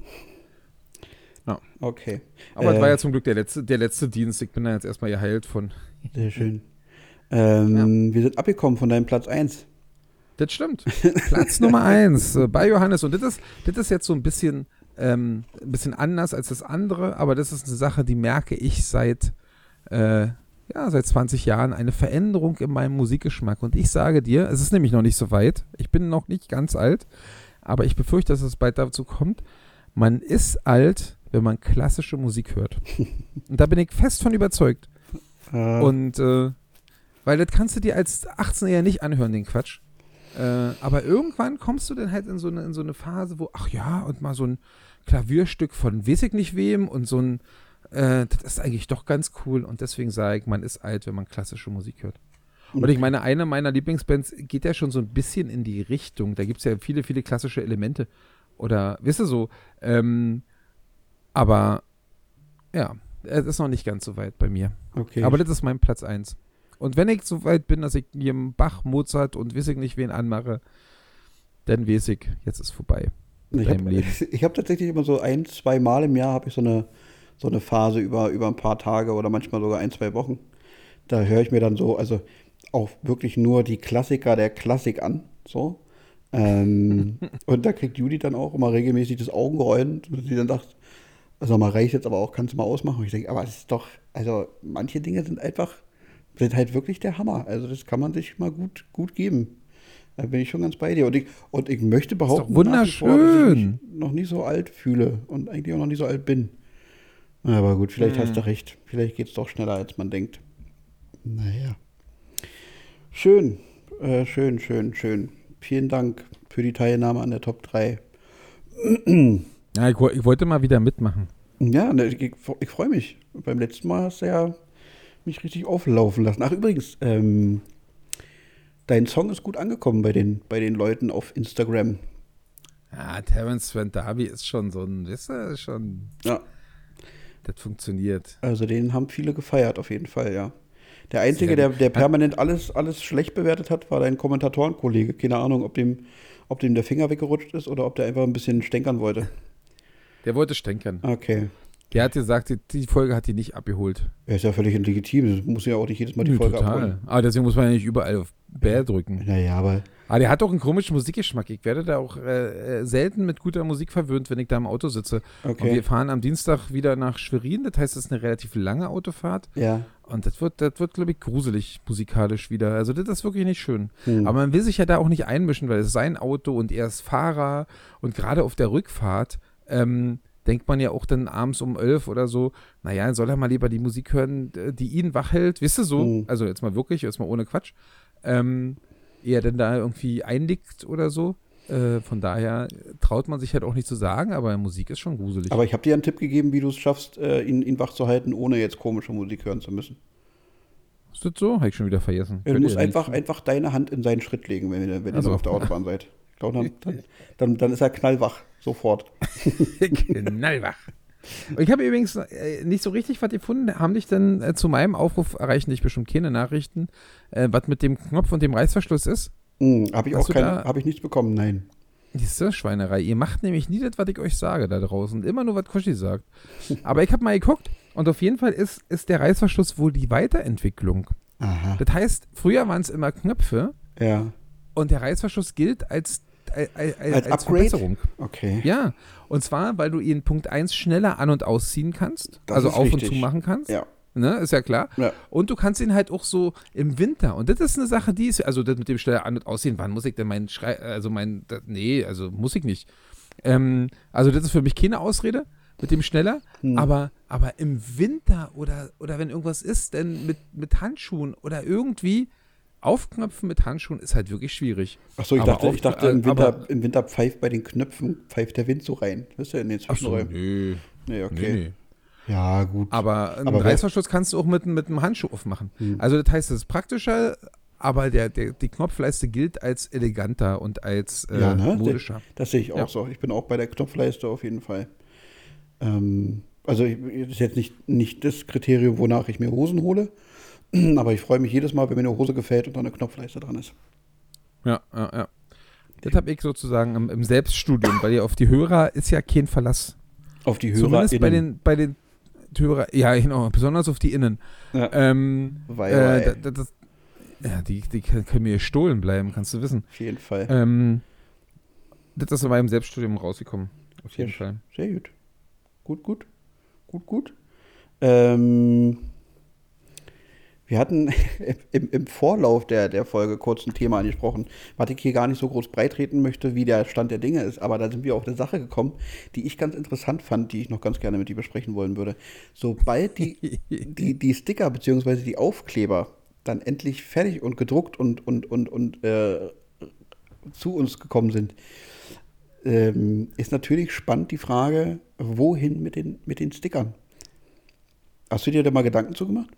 Okay. Aber es Äh, war ja zum Glück der letzte, der letzte Dienst. Ich bin da jetzt erstmal geheilt von. Sehr schön. Ähm, Wir sind abgekommen von deinem Platz eins. Das stimmt. Platz Nummer eins äh, bei Johannes. Und das ist, das ist jetzt so ein bisschen, ähm, ein bisschen anders als das andere, aber das ist eine Sache, die merke ich seit, äh, ja, seit zwanzig Jahren, eine Veränderung in meinem Musikgeschmack. Und ich sage dir, es ist nämlich noch nicht so weit. Ich bin noch nicht ganz alt, aber ich befürchte, dass es bald dazu kommt. Man ist alt, wenn man klassische Musik hört. Und da bin ich fest von überzeugt. Äh, Und äh, weil das kannst du dir als achtzehnjähriger nicht anhören, den Quatsch. Äh, aber irgendwann kommst du dann halt in so eine, in so eine Phase, wo, ach ja, und mal so ein Klavierstück von weiß ich nicht wem und so ein, äh, das ist eigentlich doch ganz cool. Und deswegen sage ich, man ist alt, wenn man klassische Musik hört. Und ich meine, eine meiner Lieblingsbands geht ja schon so ein bisschen in die Richtung. Da gibt es ja viele, viele klassische Elemente. Oder, weißt du so, ähm, aber ja, es ist noch nicht ganz so weit bei mir. okay. Aber das ist mein Platz eins. Und wenn ich so weit bin, dass ich mir Bach, Mozart und weiß ich nicht wen anmache, dann weiß ich, jetzt ist vorbei. ich deinem habe Leben. hab tatsächlich immer so ein, zwei Mal im Jahr habe ich so eine, so eine Phase über, über ein paar Tage oder manchmal sogar ein, zwei Wochen. Da höre ich mir dann so, also auch wirklich nur die Klassiker der Klassik an. So. Ähm, und da kriegt Judy dann auch immer regelmäßig das Augenrollen, und sie dann sagt, also mal reicht jetzt aber auch, kannst du mal ausmachen. Und ich denke, aber es ist doch, also manche Dinge sind einfach, sind halt wirklich der Hammer. Also das kann man sich mal gut, gut geben. Da bin ich schon ganz bei dir. Und ich, und ich möchte behaupten, doch nach wie vor, dass ich wunderschön. mich noch nicht so alt fühle und eigentlich auch noch nicht so alt bin. Aber gut, vielleicht Hm. hast du recht. Vielleicht geht es doch schneller, als man denkt. Naja. Schön, äh, schön, schön, schön. Vielen Dank für die Teilnahme an der Top drei. Ja, ich, wo- ich wollte mal wieder mitmachen. Ja, ne, ich, ich freue mich. Beim letzten Mal hast du ja mich richtig auflaufen lassen. Ach, übrigens, ähm, dein Song ist gut angekommen bei den, bei den Leuten auf Instagram. Ja, Terence Trent D'Arby ist schon so ein, weißt du, ist schon, Ja. das funktioniert. Also den haben viele gefeiert, auf jeden Fall, ja. Der Einzige, Sehr der, gut. der permanent alles, alles schlecht bewertet hat, war dein Kommentatorenkollege. Keine Ahnung, ob dem, ob dem der Finger weggerutscht ist oder ob der einfach ein bisschen stänkern wollte. Der wollte stänkern. Okay. Der hat gesagt, die, die Folge hat die nicht abgeholt. Er ist ja völlig legitim. Das muss ja auch nicht jedes Mal die Ja, Folge total. abholen. Aber deswegen muss man ja nicht überall auf Bär drücken. Naja, aber Aber der hat auch einen komischen Musikgeschmack. Ich werde da auch äh, selten mit guter Musik verwöhnt, wenn ich da im Auto sitze. okay. Und wir fahren am Dienstag wieder nach Schwerin. Das heißt, es ist eine relativ lange Autofahrt. Ja. Und das wird, das wird, glaube ich, gruselig musikalisch wieder. Also das ist wirklich nicht schön. Hm. Aber man will sich ja da auch nicht einmischen, weil es ist sein Auto und er ist Fahrer. Und gerade auf der Rückfahrt ähm, denkt man ja auch dann abends um elf oder so, naja, soll er mal lieber die Musik hören, die ihn wach hält. Wisst ihr so? Hm. Also jetzt mal wirklich, jetzt mal ohne Quatsch. Ähm, eher denn da irgendwie einliegt oder so. Äh, von daher traut man sich halt auch nicht zu sagen, aber Musik ist schon gruselig. Aber ich habe dir einen Tipp gegeben, wie du es schaffst, äh, ihn, ihn wach zu halten, ohne jetzt komische Musik hören zu müssen. Ist das so? Habe ich schon wieder vergessen. Ja, du Könnt musst ihr einfach, nicht- einfach deine Hand in seinen Schritt legen, wenn, ihr- wenn ihr Ach so. so auf der Autobahn seid. Ich glaube, dann, dann, dann, dann ist er knallwach, sofort. Knallwach. Und ich habe übrigens äh, nicht so richtig was gefunden. Haben dich denn äh, zu meinem Aufruf erreichen dich bestimmt keine Nachrichten, äh, was mit dem Knopf und dem Reißverschluss ist? Hm, habe ich Hast auch du keine, da- habe ich nichts bekommen, nein. Diese Schweinerei. Ihr macht nämlich nie das, was ich euch sage da draußen. Immer nur, was Kuschi sagt. Aber ich habe mal geguckt und auf jeden Fall ist, ist der Reißverschluss wohl die Weiterentwicklung. Aha. Das heißt, früher waren es immer Knöpfe Ja, und der Reißverschluss gilt als, als, als, Als als Upgrade? Verbesserung. okay. Ja, und zwar, weil du ihn Punkt eins schneller an- und ausziehen kannst, Das also ist auf wichtig. und zu machen kannst. Ja. Ne, ist ja klar. Ja. Und du kannst ihn halt auch so im Winter. Und das ist eine Sache, die ist, also das mit dem schneller an- und aussehen, wann muss ich denn meinen Schrei, also mein, das, nee, also muss ich nicht. Ähm, also das ist für mich keine Ausrede mit dem schneller, Hm. aber, aber im Winter oder, oder wenn irgendwas ist, denn mit, mit Handschuhen oder irgendwie aufknöpfen mit Handschuhen ist halt wirklich schwierig. Achso, ich Aber dachte, auf- ich dachte im, äh, Winter, aber- im Winter pfeift bei den Knöpfen, pfeift der Wind so rein. Weißt du, in den Ach so, Zwischenräumen. nee, Nee, okay. nee, nee. Ja, gut. Aber einen Aber wer- Reißverschluss kannst du auch mit, mit einem Handschuh aufmachen. Hm. Also das heißt, es ist praktischer, aber der, der, die Knopfleiste gilt als eleganter und als äh, Ja, ne? modischer. Das sehe ich auch Ja. so. Ich bin auch bei der Knopfleiste auf jeden Fall. Ähm, also ich- das ist jetzt nicht, nicht das Kriterium, wonach ich mir Hosen hole, aber ich freue mich jedes Mal, wenn mir eine Hose gefällt und da eine Knopfleiste dran ist. Ja, ja, ja. Das habe ich sozusagen im, im Selbststudium, weil ja auf die Hörer ist ja kein Verlass. Auf die Hörer Zumindest bei den, bei den Hörer, ja genau, besonders auf die Innen. Ja. Ähm, Weil, äh, weil. da, da, das, ja, die, die können mir gestohlen bleiben, kannst du wissen. Auf jeden Fall. Ähm, das ist in meinem Selbststudium rausgekommen. Auf jeden Sehr, Fall. sehr gut. Gut, gut. Gut, gut. Ähm, wir hatten im, im Vorlauf der, der Folge kurz ein Thema angesprochen, was ich hier gar nicht so groß breitreten möchte, wie der Stand der Dinge ist. Aber da sind wir auf eine Sache gekommen, die ich ganz interessant fand, die ich noch ganz gerne mit dir besprechen wollen würde. Sobald die, die, die Sticker bzw. die Aufkleber dann endlich fertig und gedruckt und, und, und, und äh, zu uns gekommen sind, ähm, ist natürlich spannend die Frage, wohin mit den, mit den Stickern? Hast du dir da mal Gedanken zu gemacht?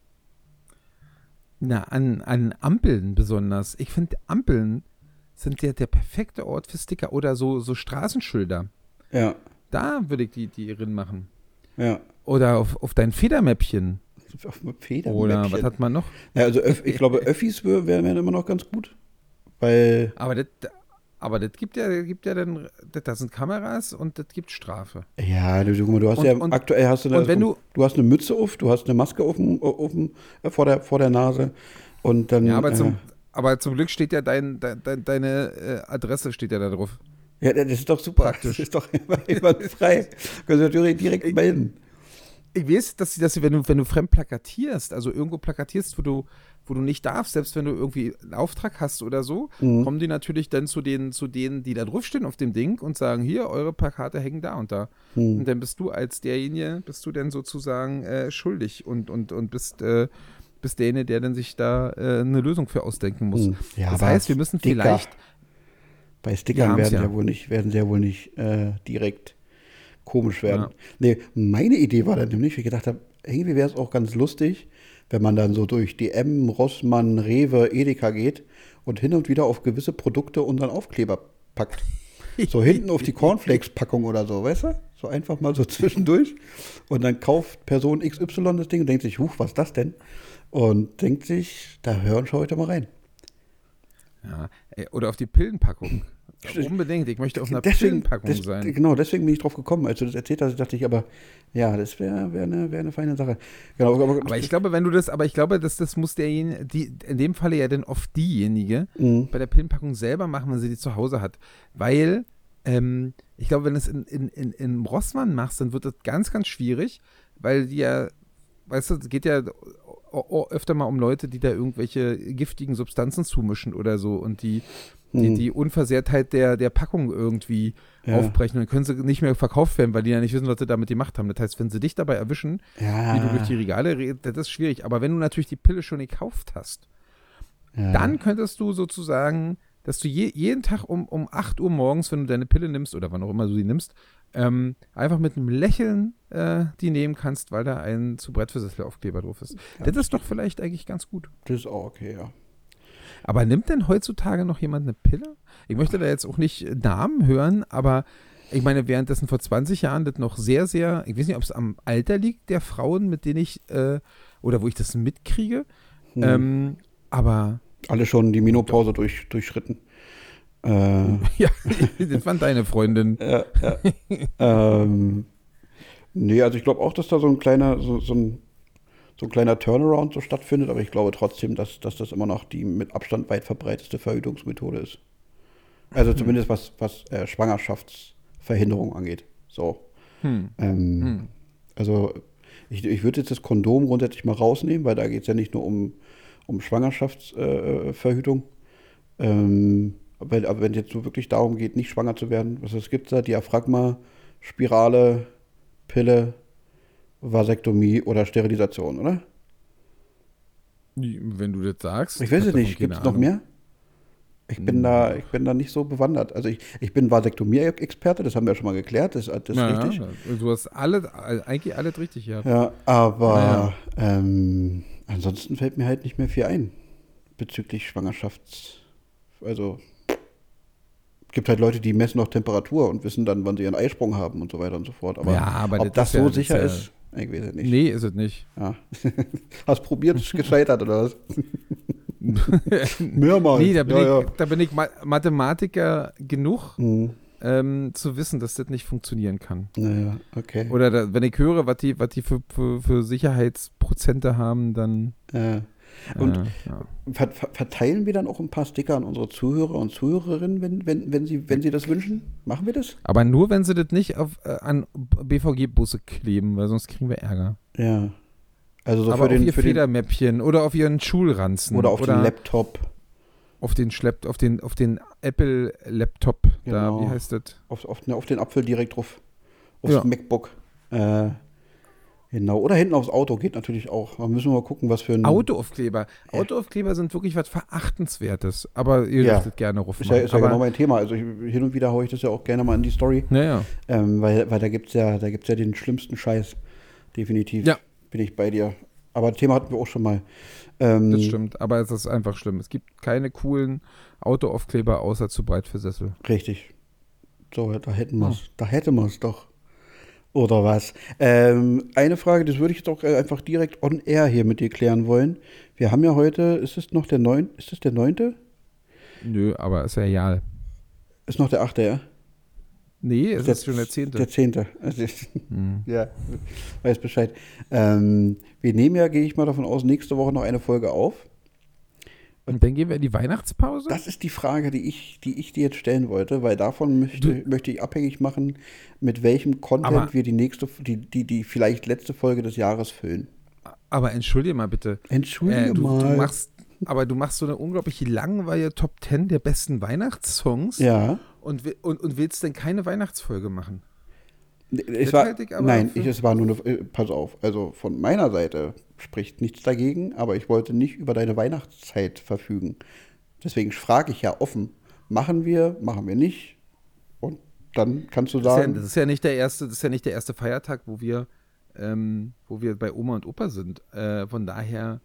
Na, an, an Ampeln besonders. Ich finde, Ampeln sind ja der perfekte Ort für Sticker oder so, so Straßenschilder. Ja, Da würde ich die, die drin machen. ja. Oder auf, auf dein Federmäppchen. Auf dem Federmäppchen. Oder was hat man noch? Ja, also Öff, ich glaube, Öffis wär- wären wär immer noch ganz gut. Weil, Aber das, aber das gibt ja, das gibt ja dann, das, das sind Kameras und das gibt Strafe. ja, du, guck mal, du hast Und- ja und- aktuell hast du und wenn du- du hast eine Mütze auf, du hast eine Maske auf dem, auf dem, äh, vor, der, vor der Nase und dann. Ja, aber, äh, zum, aber zum Glück steht ja dein, dein, dein, deine äh, Adresse steht ja da drauf. ja, das ist doch super. Praktisch. Das ist doch immer, immer frei. Können Sie natürlich direkt melden. Ich weiß, dass sie, dass sie wenn, du, wenn du fremd plakatierst, also irgendwo plakatierst, wo du, wo du nicht darfst, selbst wenn du irgendwie einen Auftrag hast oder so, Mhm. kommen die natürlich dann zu denen, zu denen, die da draufstehen auf dem Ding und sagen, hier, eure Plakate hängen da und da. Mhm. Und dann bist du als derjenige, bist du dann sozusagen äh, schuldig und, und, und bist, äh, bist derjenige, der dann sich da äh, eine Lösung für ausdenken muss. Mhm. Ja, das aber heißt, wir müssen Sticker. vielleicht, Bei Wir Stickern haben's werden ja. ja wohl nicht, werden sie ja wohl nicht äh, direkt komisch werden. Ja. Nee, meine Idee war dann nämlich, wie ich gedacht habe, irgendwie wäre es auch ganz lustig, wenn man dann so durch D M, Rossmann, Rewe, Edeka geht und hin und wieder auf gewisse Produkte unseren Aufkleber packt. So hinten auf die Cornflakes-Packung oder so, weißt du? So einfach mal so zwischendurch. Und dann kauft Person X Y das Ding und denkt sich, huch, was ist das denn? Und denkt sich, da hören, schau ich da mal rein. Ja. Ey, oder auf die Pillenpackung. Unbedingt, ich möchte auf einer Deswegen, Pillenpackung das, sein. Genau, deswegen bin ich drauf gekommen. Als du das erzählt hast, dachte ich aber, ja, das wäre wär eine, wär eine feine Sache. Genau, aber, Aber ich glaube, wenn du das, aber ich glaube, dass das muss derjenige, die, in dem Falle ja dann oft diejenige Mhm. bei der Pillenpackung selber machen, wenn sie die zu Hause hat. Weil, ähm, ich glaube, wenn du es in, in, in, in Rossmann machst, dann wird das ganz, ganz schwierig, weil die ja, weißt du, es geht ja o- o- öfter mal um Leute, die da irgendwelche giftigen Substanzen zumischen oder so und die die, Mhm. die Unversehrtheit der, der Packung irgendwie Ja. aufbrechen. Dann können sie nicht mehr verkauft werden, weil die ja nicht wissen, was sie damit gemacht haben. Das heißt, wenn sie dich dabei erwischen, Ja. wie du durch die Regale redest, das ist schwierig. Aber wenn du natürlich die Pille schon gekauft hast, ja. dann könntest du sozusagen, dass du je, jeden Tag um, um acht Uhr morgens, wenn du deine Pille nimmst oder wann auch immer du sie nimmst, ähm, einfach mit einem Lächeln äh, die nehmen kannst, weil da ein zu breit für Sesselaufkleber drauf ist. Ja, das ist doch vielleicht eigentlich ganz gut. Das ist auch okay, ja. Aber nimmt denn heutzutage noch jemand eine Pille? Ich möchte da jetzt auch nicht Namen hören, aber ich meine, währenddessen vor zwanzig Jahren das noch sehr, sehr, ich weiß nicht, ob es am Alter liegt der Frauen, mit denen ich, äh, oder wo ich das mitkriege, Hm. ähm, aber Alle schon die Menopause durch, durchschritten. Äh, ja, das waren deine Freundin. ja, ja. ähm, nee, also ich glaube auch, dass da so ein kleiner, so, so ein so ein kleiner Turnaround so stattfindet, aber ich glaube trotzdem, dass, dass das immer noch die mit Abstand weit verbreiteste Verhütungsmethode ist. Also zumindest was, was äh, Schwangerschaftsverhinderung angeht. So. Hm. Ähm, Hm. Also ich, ich würde jetzt das Kondom grundsätzlich mal rausnehmen, weil da geht es ja nicht nur um, um Schwangerschaftsverhütung. Äh, ähm, aber, aber wenn es jetzt so wirklich darum geht, nicht schwanger zu werden, was es gibt da? Diaphragma, Spirale, Pille, Vasektomie oder Sterilisation, oder? Wenn du das sagst. Ich weiß es hab davon nicht. Gibt keine es noch Ahnung. mehr? Ich bin Hm. da, ich bin da nicht so bewandert. Also ich, ich bin Vasektomie-Experte, das haben wir ja schon mal geklärt, das, das ist Ja, richtig. ja, du hast alle, eigentlich alles richtig gehabt. Ja, aber Naja. ähm, ansonsten fällt mir halt nicht mehr viel ein bezüglich Schwangerschafts... Also gibt halt Leute, die messen noch Temperatur und wissen dann, wann sie ihren Eisprung haben und so weiter und so fort. Aber, Ja, aber ob das das ist ja- so das sicher ist ist, ich weiß es nicht. Nee, ist es nicht. Ja. Hast probiert, ist gescheitert oder was? Mehrmals. Nee, da bin, ja, ich, da bin ich Ma Mathematiker genug, ja. Hm. ähm, zu wissen, dass das nicht funktionieren kann. Naja, okay. Oder da, wenn ich höre, was die, was die für, für, für Sicherheitsprozente haben, dann Ja. Und äh, ja. ver ver verteilen wir dann auch ein paar Sticker an unsere Zuhörer und Zuhörerinnen, wenn, wenn, wenn, sie, wenn sie das wünschen? Machen wir das? Aber nur, wenn sie das nicht auf, äh, an B V G-Busse kleben, weil sonst kriegen wir Ärger. Ja. Also so Aber für den, auf ihr für den Federmäppchen oder auf ihren Schulranzen. oder auf oder den Laptop, auf den Schlepp, auf den, auf den Apple-Laptop. Genau. Da, wie heißt das? auf, auf, ne, auf den Apfel direkt drauf, aufs Ja. MacBook. Äh, genau. Oder hinten aufs Auto geht natürlich auch. Da müssen wir mal gucken, was für ein... Autoaufkleber. Ja. Autoaufkleber sind wirklich was Verachtenswertes. Aber ihr Ja. dürft das gerne rufen. Ist ja, ist ja aber, genau mein Thema. Also ich, hin und wieder haue ich das ja auch gerne mal in die Story. Naja. Ähm, weil, weil da gibt es ja, da gibt's ja den schlimmsten Scheiß. Definitiv. Ja. Bin ich bei dir. Aber das Thema hatten wir auch schon mal. Ähm, Das stimmt, aber es ist einfach schlimm. Es gibt keine coolen Autoaufkleber außer zu breit für Sessel. Richtig. So, da hätten wir es. Da hätten wir es doch. Oder was? Ähm, eine Frage, das würde ich jetzt auch äh, einfach direkt on air hier mit dir klären wollen. Wir haben ja heute, ist es noch der neun, ist es der neunte? Nö, aber ist ja egal. Ist noch der achte, ja? Nee, es ist schon der zehnte. Der zehnte. Also, Hm. ja, weiß Bescheid. Ähm, wir nehmen ja, gehe ich mal davon aus, nächste Woche noch eine Folge auf. Und dann gehen wir in die Weihnachtspause? Das ist die Frage, die ich, die ich dir jetzt stellen wollte, weil davon möchte, möchte ich abhängig machen, mit welchem Content Aber- wir die nächste, die, die, die vielleicht letzte Folge des Jahres füllen. aber entschuldige mal bitte. Entschuldige Äh, du, mal. du machst, aber du machst so eine unglaublich langweilige Top Ten der besten Weihnachtssongs ja. und, wi- und, und willst denn keine Weihnachtsfolge machen? Es Das war, halte ich aber nein, für- ich, es war nur eine, äh, pass auf, also von meiner Seite spricht nichts dagegen, aber ich wollte nicht über deine Weihnachtszeit verfügen. Deswegen frage ich ja offen, machen wir, machen wir nicht? Und dann kannst du Das ist, ja, sagen, das ist ja nicht der erste, das ist ja nicht der erste Feiertag, wo wir, ähm, wo wir bei Oma und Opa sind. Äh, von daher,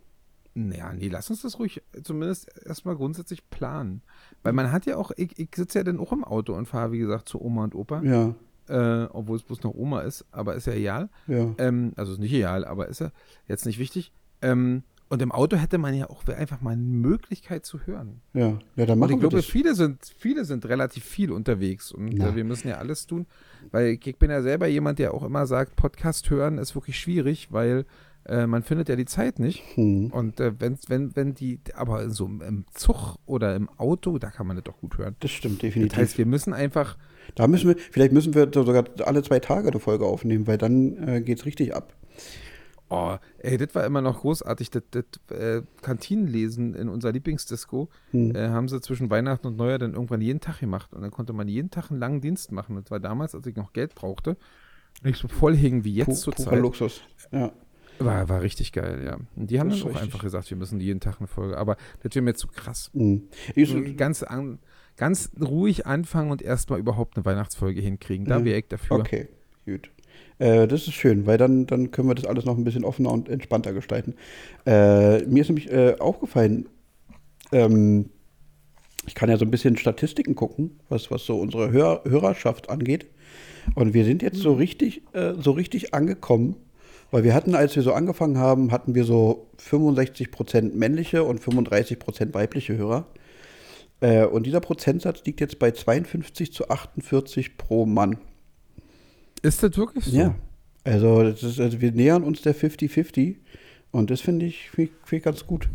naja, nee, lass uns das ruhig zumindest erstmal grundsätzlich planen. Weil man hat ja auch, ich, ich sitze ja dann auch im Auto und fahre, wie gesagt, zu Oma und Opa. ja, Äh, obwohl es bloß noch Oma ist, aber ist ja egal. ja, Ähm, also ist nicht egal, aber ist ja jetzt nicht wichtig. Ähm, Und im Auto hätte man ja auch einfach mal eine Möglichkeit zu hören. Ja, ja dann Und machen ich wir glaube, das. viele sind, viele sind relativ viel unterwegs und Na. äh, wir müssen ja alles tun, weil ich bin ja selber jemand, der auch immer sagt, Podcast hören ist wirklich schwierig, weil äh, man findet ja die Zeit nicht. Hm. Und äh, wenn, wenn, wenn die, aber so im Zug oder im Auto, da kann man das doch gut hören. Das stimmt, Das definitiv. heißt, wir müssen einfach, Da müssen wir, vielleicht müssen wir sogar alle zwei Tage eine Folge aufnehmen, weil dann äh, geht's richtig ab. oh, ey, das war immer noch großartig, das, das äh, Kantinenlesen in unserer Lieblingsdisco, Hm. äh, haben sie zwischen Weihnachten und Neujahr dann irgendwann jeden Tag gemacht und dann konnte man jeden Tag einen langen Dienst machen. Das war damals, als ich noch Geld brauchte, nicht so voll hingen wie jetzt Pu- zur purer Zeit. Luxus. Ja. War, war richtig geil, ja. Und die haben Das dann ist auch richtig. einfach gesagt, wir müssen jeden Tag eine Folge. Aber das wäre mir zu krass. Hm. Ich, So ganz, an, ganz ruhig anfangen und erstmal überhaupt eine Weihnachtsfolge hinkriegen. Da Ja. wäre ich dafür. Okay, gut. Äh, das ist schön, weil dann, dann können wir das alles noch ein bisschen offener und entspannter gestalten. Äh, mir ist nämlich äh, aufgefallen, ähm, ich kann ja so ein bisschen Statistiken gucken, was, was so unsere Hör Hörerschaft angeht. Und wir sind jetzt so richtig, äh, so richtig angekommen, weil wir hatten, als wir so angefangen haben, hatten wir so fünfundsechzig Prozent männliche und fünfunddreißig Prozent weibliche Hörer. Äh, und dieser Prozentsatz liegt jetzt bei zweiundfünfzig zu achtundvierzig pro Mann. Ist das wirklich so? Ja, also, das ist, also wir nähern uns der fünfzig fünfzig und das finde ich, find, find ich ganz gut.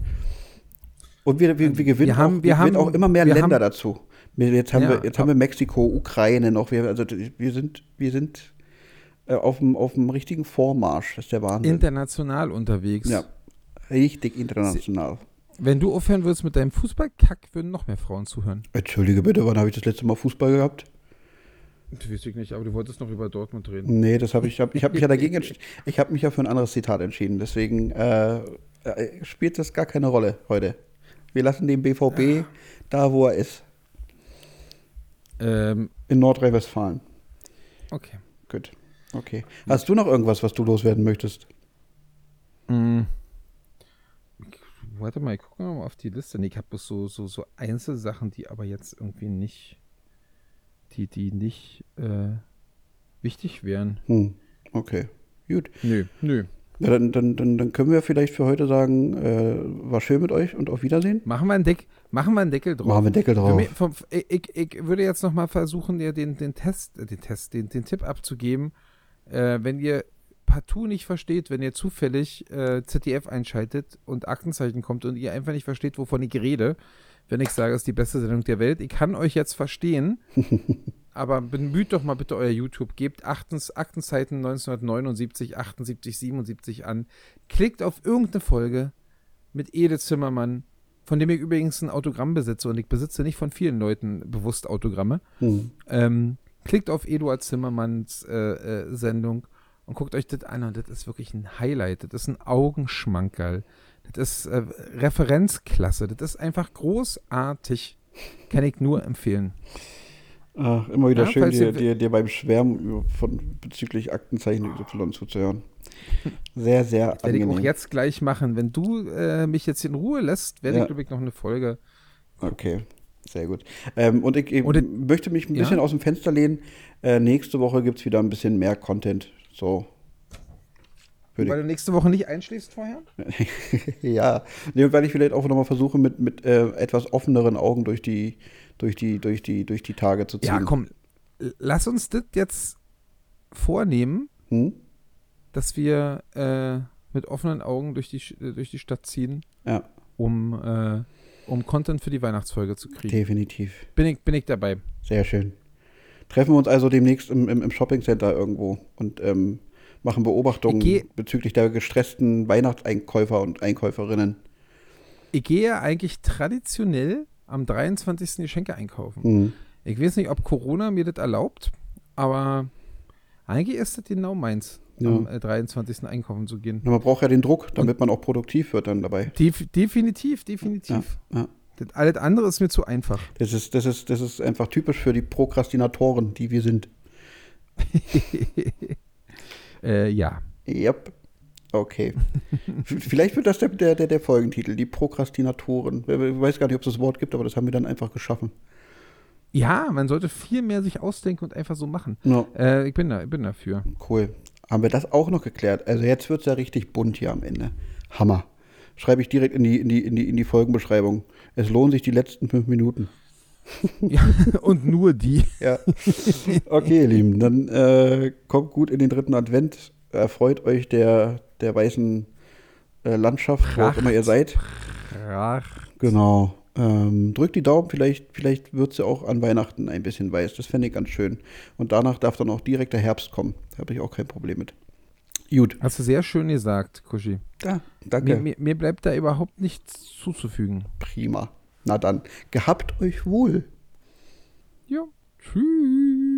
Und wir, wir, wir gewinnen Wir haben- auch, wir gewinnen haben- auch immer mehr wir Länder haben- dazu. Wir, jetzt haben, Ja, wir, jetzt haben wir Mexiko, Ukraine noch. Wir, also wir sind, wir sind äh, auf dem auf dem richtigen Vormarsch. Das ist der Wahnsinn. International unterwegs. Ja, richtig international. Wenn du aufhören würdest mit deinem Fußballkack, würden noch mehr Frauen zuhören. Entschuldige bitte, wann habe ich das letzte Mal Fußball gehabt? Das weiß ich nicht, aber du wolltest noch über Dortmund reden. Nee, das habe ich, hab, ich habe mich ja dagegen entschieden. Ich habe mich ja für ein anderes Zitat entschieden. Deswegen äh, äh, spielt das gar keine Rolle heute. Wir lassen den B V B da, wo er ist. Ähm, In Nordrhein-Westfalen. okay. Gut. Okay. Hast du noch irgendwas, was du loswerden möchtest? Mm. Warte mal, ich gucke mal auf die Liste. Nee, ich habe bloß so, so, so Einzelsachen, die aber jetzt irgendwie nicht, die, die nicht äh, wichtig wären. Hm. Okay. Gut. Nö, nö. Ja, dann, dann, dann, dann können wir vielleicht für heute sagen, äh, war schön mit euch und auf Wiedersehen. Machen wir einen, Deck, machen wir einen Deckel drauf. Machen wir einen Deckel Für drauf. mich, vom, ich, ich, ich würde jetzt noch mal versuchen, dir den, den Test, äh, den Test, den, den Tipp abzugeben, äh, wenn ihr partout nicht versteht, wenn ihr zufällig äh, Z D F einschaltet und Aktenzeichen kommt und ihr einfach nicht versteht, wovon ich rede, wenn ich sage, es ist die beste Sendung der Welt. Ich kann euch jetzt verstehen, aber bemüht doch mal bitte euer YouTube. Gebt Achtens, Aktenzeiten neunzehnhundertneunundsiebzig, achtundsiebzig, siebenundsiebzig an. Klickt auf irgendeine Folge mit Edith Zimmermann, von dem ich übrigens ein Autogramm besitze und ich besitze nicht von vielen Leuten bewusst Autogramme. Hm. Ähm, klickt auf Eduard Zimmermanns äh, äh, Sendung und guckt euch das an und das ist wirklich ein Highlight. Das ist ein Augenschmankerl. Das ist äh, Referenzklasse. Das ist einfach großartig. Kann ich nur empfehlen. Ach, immer wieder Ja, schön, falls dir, ihr- dir, dir beim Schwärmen über- von, bezüglich Aktenzeichen Y zuzuhören. Sehr, sehr Werde ich angenehm. auch jetzt gleich machen. Wenn du äh, mich jetzt in Ruhe lässt, werde Ja. ich, glaube ich, noch eine Folge. Okay, sehr gut. Ähm, und ich, ich Und it- möchte mich ein Ja? bisschen aus dem Fenster lehnen. Äh, nächste Woche gibt es wieder ein bisschen mehr Content. So. Würde Weil du nächste Woche nicht einschläfst vorher? ich, ja, nee, und weil ich vielleicht auch nochmal versuche, mit, mit äh, etwas offeneren Augen durch die, durch, die, durch, die, durch die Tage zu ziehen. Ja, komm. l- Lass uns das jetzt vornehmen, Hm? dass wir äh, mit offenen Augen durch die, Sch- äh, durch die Stadt ziehen, Ja, um, äh, um Content für die Weihnachtsfolge zu kriegen. definitiv. Bin ich, bin ich dabei. Sehr schön. Treffen wir uns also demnächst im, im, im Shoppingcenter irgendwo und ähm, machen Beobachtungen Ich geh- bezüglich der gestressten Weihnachtseinkäufer und Einkäuferinnen. Ich gehe ja eigentlich traditionell am dreiundzwanzigsten Geschenke einkaufen. Hm. Ich weiß nicht, ob Corona mir das erlaubt, aber eigentlich ist das genau meins, Ja. am äh, dreiundzwanzigsten einkaufen zu gehen. Na, man braucht ja den Druck, damit man auch produktiv wird dann dabei. Def definitiv, definitiv. Ja. Das, alles andere ist mir zu einfach. Das ist, das ist, das ist einfach typisch für die Prokrastinatoren, die wir sind. äh, ja. Yep. Okay. V- Vielleicht wird das der, der, der, der Folgentitel, die Prokrastinatoren. Ich weiß gar nicht, ob es das Wort gibt, aber das haben wir dann einfach geschaffen. Ja, man sollte viel mehr sich ausdenken und einfach so machen. Ja, Äh, ich bin da, ich bin dafür. cool. Haben wir das auch noch geklärt? Also jetzt wird es ja richtig bunt hier am Ende. Hammer. Schreibe ich direkt in die, in die, in die, in die Folgenbeschreibung. Es lohnen sich die letzten fünf Minuten. Ja, und nur die. Ja. Okay, ihr Lieben, dann äh, kommt gut in den dritten Advent. Erfreut euch der, der weißen äh, Landschaft, wo auch immer ihr seid. Pracht. Genau. Ähm, drückt die Daumen, vielleicht, vielleicht wird sie auch an Weihnachten ein bisschen weiß. Das fände ich ganz schön. Und danach darf dann auch direkt der Herbst kommen. Da habe ich auch kein Problem mit. Gut. Hast du sehr schön gesagt, Kuschi. Ja, danke. Mir, mir, mir bleibt da überhaupt nichts zuzufügen. Prima. Na dann, gehabt euch wohl. Ja. Tschüss.